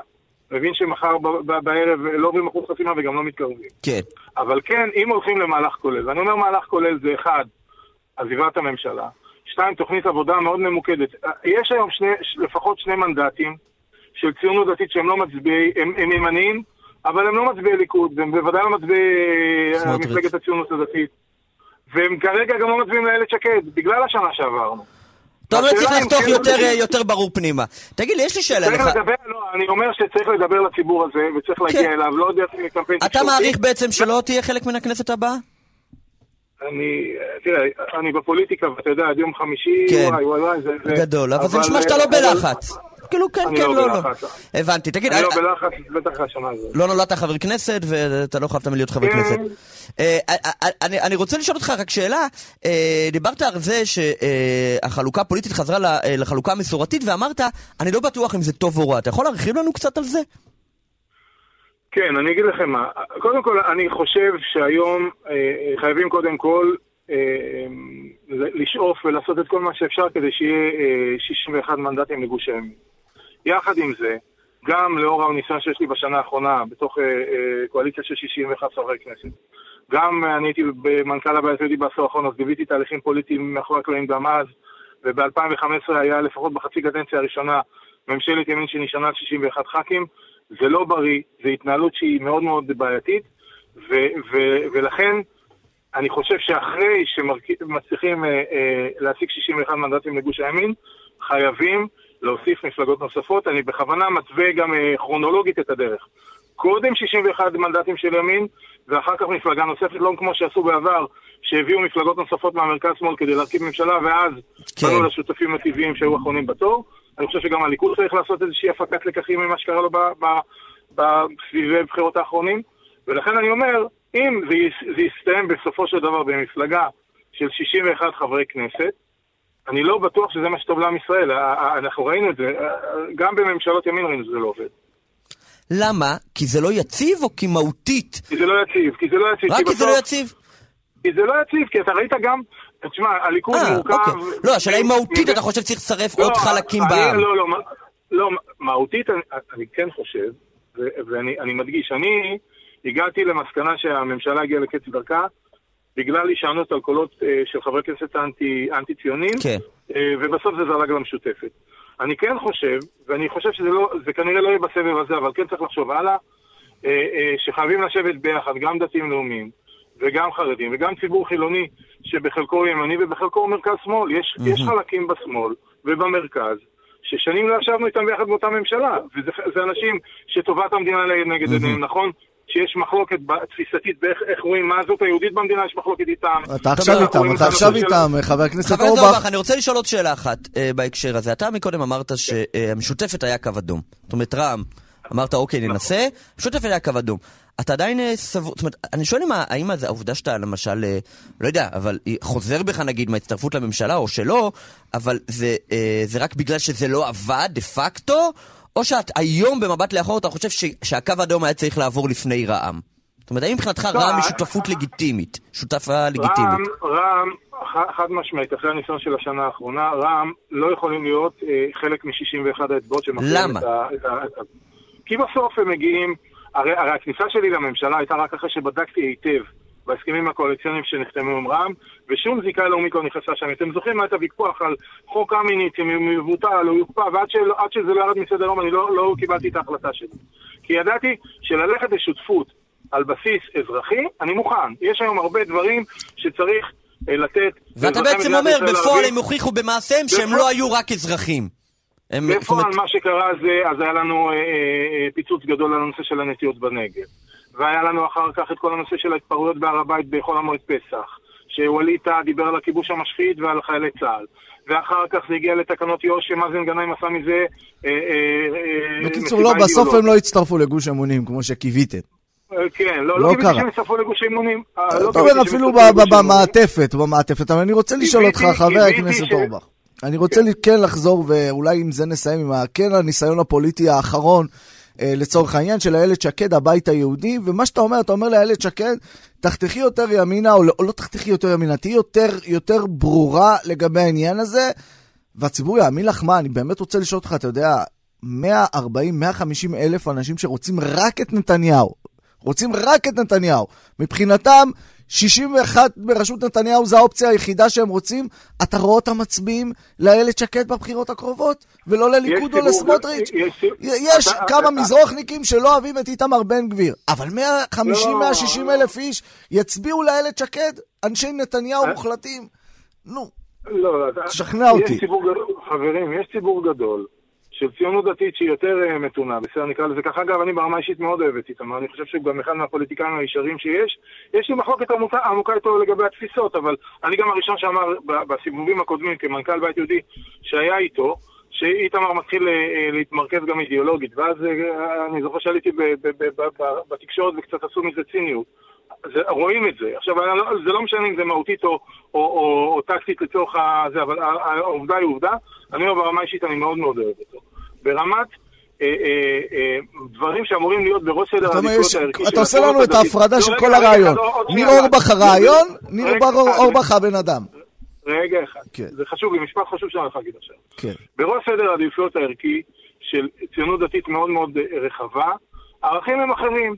מבין שמחר בערב לא עוברים אחוז חסימה וגם לא מתקרבים. כן. אבל כן, אם הולכים למהלך כולל, ואני אומר מהלך כולל זה אחד, עזיבת הממשלה, שתיים, תוכנית עבודה מאוד ממוקדת. יש היום שני, לפחות שני מנדטים של ציונות דתית שהם לא מצביעי, הם, הם ימניים, אבל הם לא מצביעי ליכוד, והם בוודאי לא מצביעי מפלגת הציונות הדתית. והם כרגע גם לא מצביעים לאילת שקד, בגלל השנה שעברנו. טוב, לא צריך לחתוך יותר ברור פנימה. תגיד לי, יש לי שאלה לך. אני אומר שצריך לדבר לציבור הזה, וצריך להגיע אליו, לא יודע אם קמפיין... אתה מעריך בעצם שלא תהיה חלק מן הכנסת הבאה? אני, תראה, אני בפוליטיקה, ואתה יודע, עד יום חמישי, וואי, וואי, וואי, זה... גדול, אבל זה נשמע שאתה לא בלחץ. כאילו, כן, כן, לא, לא. הבנתי, תגיד... אני לא בלחץ, בטח השנה הזאת. לא נולדת חבר כנסת, ואתה לא חייבת להיות חבר כנסת. אני רוצה לשאול אותך רק שאלה, דיברת על זה שהחלוקה הפוליטית חזרה לחלוקה המסורתית, ואמרת, אני לא בטוח אם זה טוב או רע. אתה יכול להרחיב לנו קצת על זה? כן, אני אגיד לכם מה. קודם כל, אני חושב שהיום חייבים קודם כל לשאוף ולעשות את כל מה שאפשר כדי שיהיה שישים ואחד מנדטים לגוש הימין. יחד עם זה, גם לאור הניסיון שיש לי בשנה האחרונה, בתוך קואליציה של שישים ואחד חברי כנסת, גם אני הייתי במנכ"ל הבית היהודי בעשור האחרון, אז גיביתי תהליכים פוליטיים מאחורי הקלעים גם אז, וב-אלפיים וחמש עשרה היה לפחות בחצי קדנציה הראשונה ממשלת ימין שנשענה על שישים ואחד ח"כים. זה לא בריא, זה התנהלות שהיא מאוד מאוד בעייתית, ו- ו- ולכן אני חושב שאחרי שמצליחים אה, אה, להשיג שישים ואחד מנדטים לגוש הימין, חייבים להוסיף מפלגות נוספות. אני בכוונה מצווה גם אה, כרונולוגית את הדרך. קודם שישים ואחד מנדטים של ימין, ואחר כך מפלגה נוספת, לא כמו שעשו בעבר, שהביאו מפלגות נוספות מהמרכז שמאל כדי להרכיב ממשלה, ואז כן. באנו לשותפים הטבעיים שהיו אחרונים בתור. אני חושב שגם הליכוד צריך לעשות איזושהי הפקת לקחים ממה שקרה לו בסביבי בחירות האחרונים, ולכן אני אומר, אם זה, זה יסתיים בסופו של דבר במפלגה של שישים ואחד חברי כנסת, אני לא בטוח שזה מה שטוב לעם ישראל. אנחנו ראינו את זה, גם בממשלות ימין ראינו שזה לא עובד. למה? כי זה לא יציב או כי מהותית? כי זה לא יציב, כי זה לא יציב. רק כי, כי זה לא יציב? כי זה לא יציב, כי אתה ראית גם... תשמע, הליכוד מורכב... לא, השאלה היא מהותית, אתה חושב שצריך לצרף עוד חלקים בעם. לא, לא, לא, מהותית אני כן חושב, ואני מדגיש, אני הגעתי למסקנה שהממשלה הגיעה לקץ דרכה, בגלל הישענות על קולות של חברי כנסת אנטי-ציונים, ובסוף זה זלג למשותפת. אני כן חושב, ואני חושב שזה כנראה לא יהיה בסבב הזה, אבל כן צריך לחשוב הלאה, שחייבים לשבת ביחד, גם דתיים לאומיים, וגם חרדים, וגם ציבור חילוני, שבחלקו ימני ובחלקו מרכז שמאל. יש, mm-hmm. יש חלקים בשמאל ובמרכז, ששנים לא ישבנו איתם ביחד באותה ממשלה, וזה אנשים שטובת המדינה נגד עיניהם, mm-hmm. נכון? שיש מחלוקת תפיסתית באיך איך רואים מה זאת היהודית במדינה, יש מחלוקת איתם. אתה עכשיו איתם, אתה עכשיו איתם, חבר הכנסת אורבך. חבר הכנסת אורבך, אני רוצה לשאול עוד שאלה אחת בהקשר הזה. אתה מקודם אמרת שהמשותפת היה קו אדום. זאת אומרת, רע"מ, אמרת אוקיי, ננסה, המשותפת היה קו אדום. אתה עדיין סבור, זאת אומרת, אני שואל האם העובדה שאתה למשל, לא יודע, אבל חוזר בך נגיד מהצטרפות לממשלה או שלא, אבל זה, זה רק בגלל שזה לא עבד דה פקטו, או שאת היום במבט לאחור אתה חושב שהקו האדום היה צריך לעבור לפני רע"מ? זאת אומרת, האם מבחינתך רע"מ היא שותפות לגיטימית, שותפה לגיטימית? רע"מ, חד משמעית, אחרי הניסיון של השנה האחרונה, רע"מ לא יכולים להיות חלק מ-שישים ואחת האצבעות שמחזירים את ה... כי בסוף הם מגיעים, הרי, הרי הכניסה שלי לממשלה הייתה רק אחרי שבדקתי היטב בהסכמים הקואליציוניים שנחתמו עם רע"מ, ושום זיקה לאומית לא נכנסה שם. אתם זוכרים מה את הוויכוח על חוק קמיניץ, אם הוא מבוטל או יוקפא, ועד של, שזה לא ירד מסדר יום, אני לא, לא קיבלתי את ההחלטה שלי. כי ידעתי שללכת לשותפות על בסיס אזרחי, אני מוכן. יש היום הרבה דברים שצריך לתת... ואתה בעצם אומר, בפועל הם הוכיחו במעשיהם שהם לא היו רק אזרחים. בפועל מה שקרה זה, אז היה לנו פיצוץ גדול על הנושא של הנטיעות בנגב. והיה לנו אחר כך את כל הנושא של ההתפרעויות בהר הבית בכל המועד פסח. שווליד טאהא דיבר על הכיבוש המשחית ועל חיילי צה"ל. ואחר כך זה הגיע לתקנות יו"ש שמאזן גנאים עשה מזה... בקיצור, לא, בסוף הם לא הצטרפו לגוש אמונים, כמו שקיוויתם. כן, לא קיוויתי שהם הצטרפו לגוש אמונים. אתה אומר אפילו במעטפת, במעטפת, אבל אני רוצה לשאול אותך, חבר הכנסת אורבך. אני רוצה כן לחזור, ואולי עם זה נסיים, עם כן הניסיון הפוליטי האחרון, לצורך העניין של איילת שקד, הבית היהודי, ומה שאתה אומר, אתה אומר לאיילת שקד, תחתכי יותר ימינה, או לא, או לא תחתכי יותר ימינה, תהי יותר, יותר ברורה לגבי העניין הזה, והציבור יאמין לך מה, אני באמת רוצה לשאול אותך, אתה יודע, מאה וארבעים מאה וחמישים אלף אנשים שרוצים רק את נתניהו. רוצים רק את נתניהו. מבחינתם, שישים ואחת בראשות נתניהו זה האופציה היחידה שהם רוצים. אתה רואה אותם מצביעים לאילת שקד בבחירות הקרובות, ולא לליכוד או לסמוטריץ'. יש כמה מזרוחניקים שלא אוהבים את איתמר בן גביר, אבל מאה וחמישים מאה ושישים אלף איש יצביעו לאילת שקד, אנשי נתניהו מוחלטים. נו, תשכנע אותי. חברים, יש ציבור גדול של ציונות דתית שהיא יותר מתונה, בסדר נקרא לזה ככה. אגב, אני ברמה אישית מאוד אוהבת איתם, אני חושב שגם אחד מהפוליטיקאים הישרים שיש, יש לי מחלוקת עמוקה איתו לגבי התפיסות, אבל אני גם הראשון שאמר בסיבובים הקודמים כמנכ"ל בית יהודי שהיה איתו, שאיתמר מתחיל להתמרכז גם אידיאולוגית, ואז אני זוכר שעליתי בתקשורת וקצת עשו מזה ציניות. זה, רואים את זה. עכשיו, זה לא משנה אם זה מהותית או, או, או, או טקטית לצורך הזה, אבל העובדה היא עובדה. אני אומר, ברמה אישית אני מאוד מאוד אוהב אותו. ברמת אה, אה, אה, דברים שאמורים להיות בראש סדר העדיפויות הערכי. אתה עושה לנו את ההפרדה של כל הרעיון. ניר אורבך הרעיון, ניר אורבך הבן אדם. רגע אחד. זה חשוב, זה משפט חשוב שאני יכול להגיד עכשיו. בראש סדר העדיפויות הערכי של ציונות דתית מאוד מאוד רחבה, הערכים הם אחרים.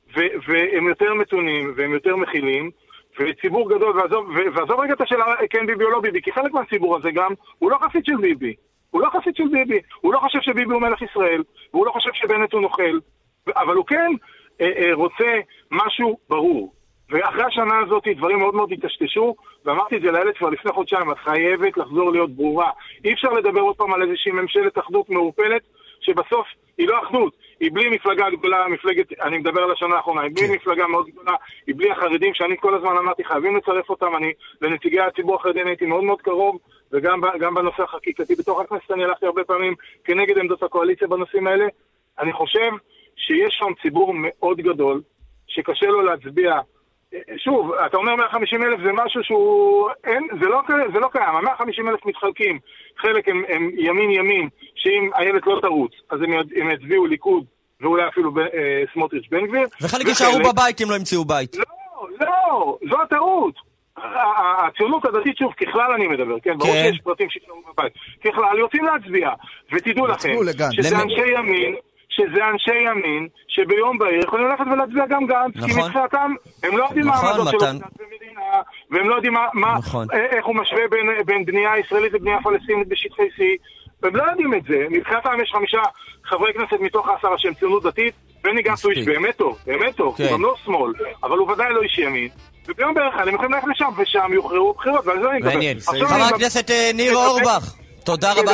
והם יותר מתונים, והם יותר מכילים, וציבור גדול, ועזוב, ועזוב רגע את השאלה, כן ביבי או לא ביבי, כי חלק מהציבור הזה גם, הוא לא חסיד של ביבי. הוא לא חסיד של ביבי. הוא לא חושב שביבי הוא מלך ישראל, והוא לא חושב שבנט הוא נוכל, אבל הוא כן אה, אה, רוצה משהו ברור. ואחרי השנה הזאת דברים מאוד מאוד התשתשו, ואמרתי את זה לילד כבר לפני חודשיים, את חייבת לחזור להיות ברורה. אי אפשר לדבר עוד פעם על איזושהי ממשלת אחדות מעורפלת, שבסוף היא לא אחדות, היא בלי מפלגה גדולה, מפלגת, אני מדבר על השנה האחרונה, היא בלי מפלגה מאוד גדולה, היא בלי החרדים, שאני כל הזמן אמרתי, חייבים לצרף אותם, אני לנציגי הציבור החרדי הייתי מאוד מאוד קרוב, וגם גם בנושא החקיקתי בתוך הכנסת אני הלכתי הרבה פעמים כנגד עמדות הקואליציה בנושאים האלה. אני חושב שיש שם ציבור מאוד גדול, שקשה לו להצביע. שוב, אתה אומר מאה וחמישים אלף זה משהו שהוא, אין, זה לא, זה לא קיים, ה-מאה וחמישים אלף מתחלקים, חלק הם, הם ימין ימין, שאם הילד לא תרוץ, אז הם, הם יצביעו ליכוד, ואולי אפילו אה, סמוטריץ' בן גביר. וחלק יישארו בבית אם לא ימצאו בית. לא, לא, זו הטעות. הציונות הדתית, שוב, ככלל אני מדבר, כן, ברור שיש פרטים שישארו בבית. ככלל, יוצאים להצביע, ותדעו לכם, שזה אנשי ימין, שזה אנשי ימין, שביום בהיר יכולים ללכת ולהצביע גם גנץ, כי מבחינתם הם לא יודעים מה העמדות שלו במדינה, והם לא יודעים איך הוא משווה בין בנייה ישראלית לבנייה פלסטינית בשטחי C, והם לא יודעים את זה. מבחינתם יש חמישה חברי כנסת מתוך העשרה שהם ציונות דתית, בני גנץ הוא איש באמת טוב, באמת טוב, הוא גם לא שמאל, אבל הוא ודאי לא איש ימין. וביום בהיר הם יכולים ללכת לשם, ושם יוכרעו בחירות, ועל זה אני מדבר. חבר הכנסת ניר אורבך, תודה רבה.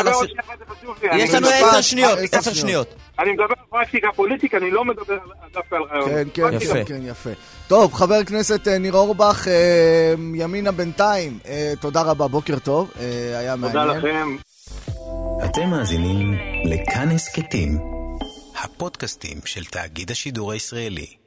יש לנו עשר שניות, עשר שניות. אני מדבר על פרקטיקה פוליטית, אני לא מדבר דווקא על רעיון. כן, כן, יפה. כן, יפה. טוב, חבר הכנסת ניר אורבך, ימינה בינתיים, תודה רבה, בוקר טוב, היה מעניין. תודה לכם. אתם מאזינים לכאן הסכתים, הפודקאסטים של תאגיד השידור הישראלי.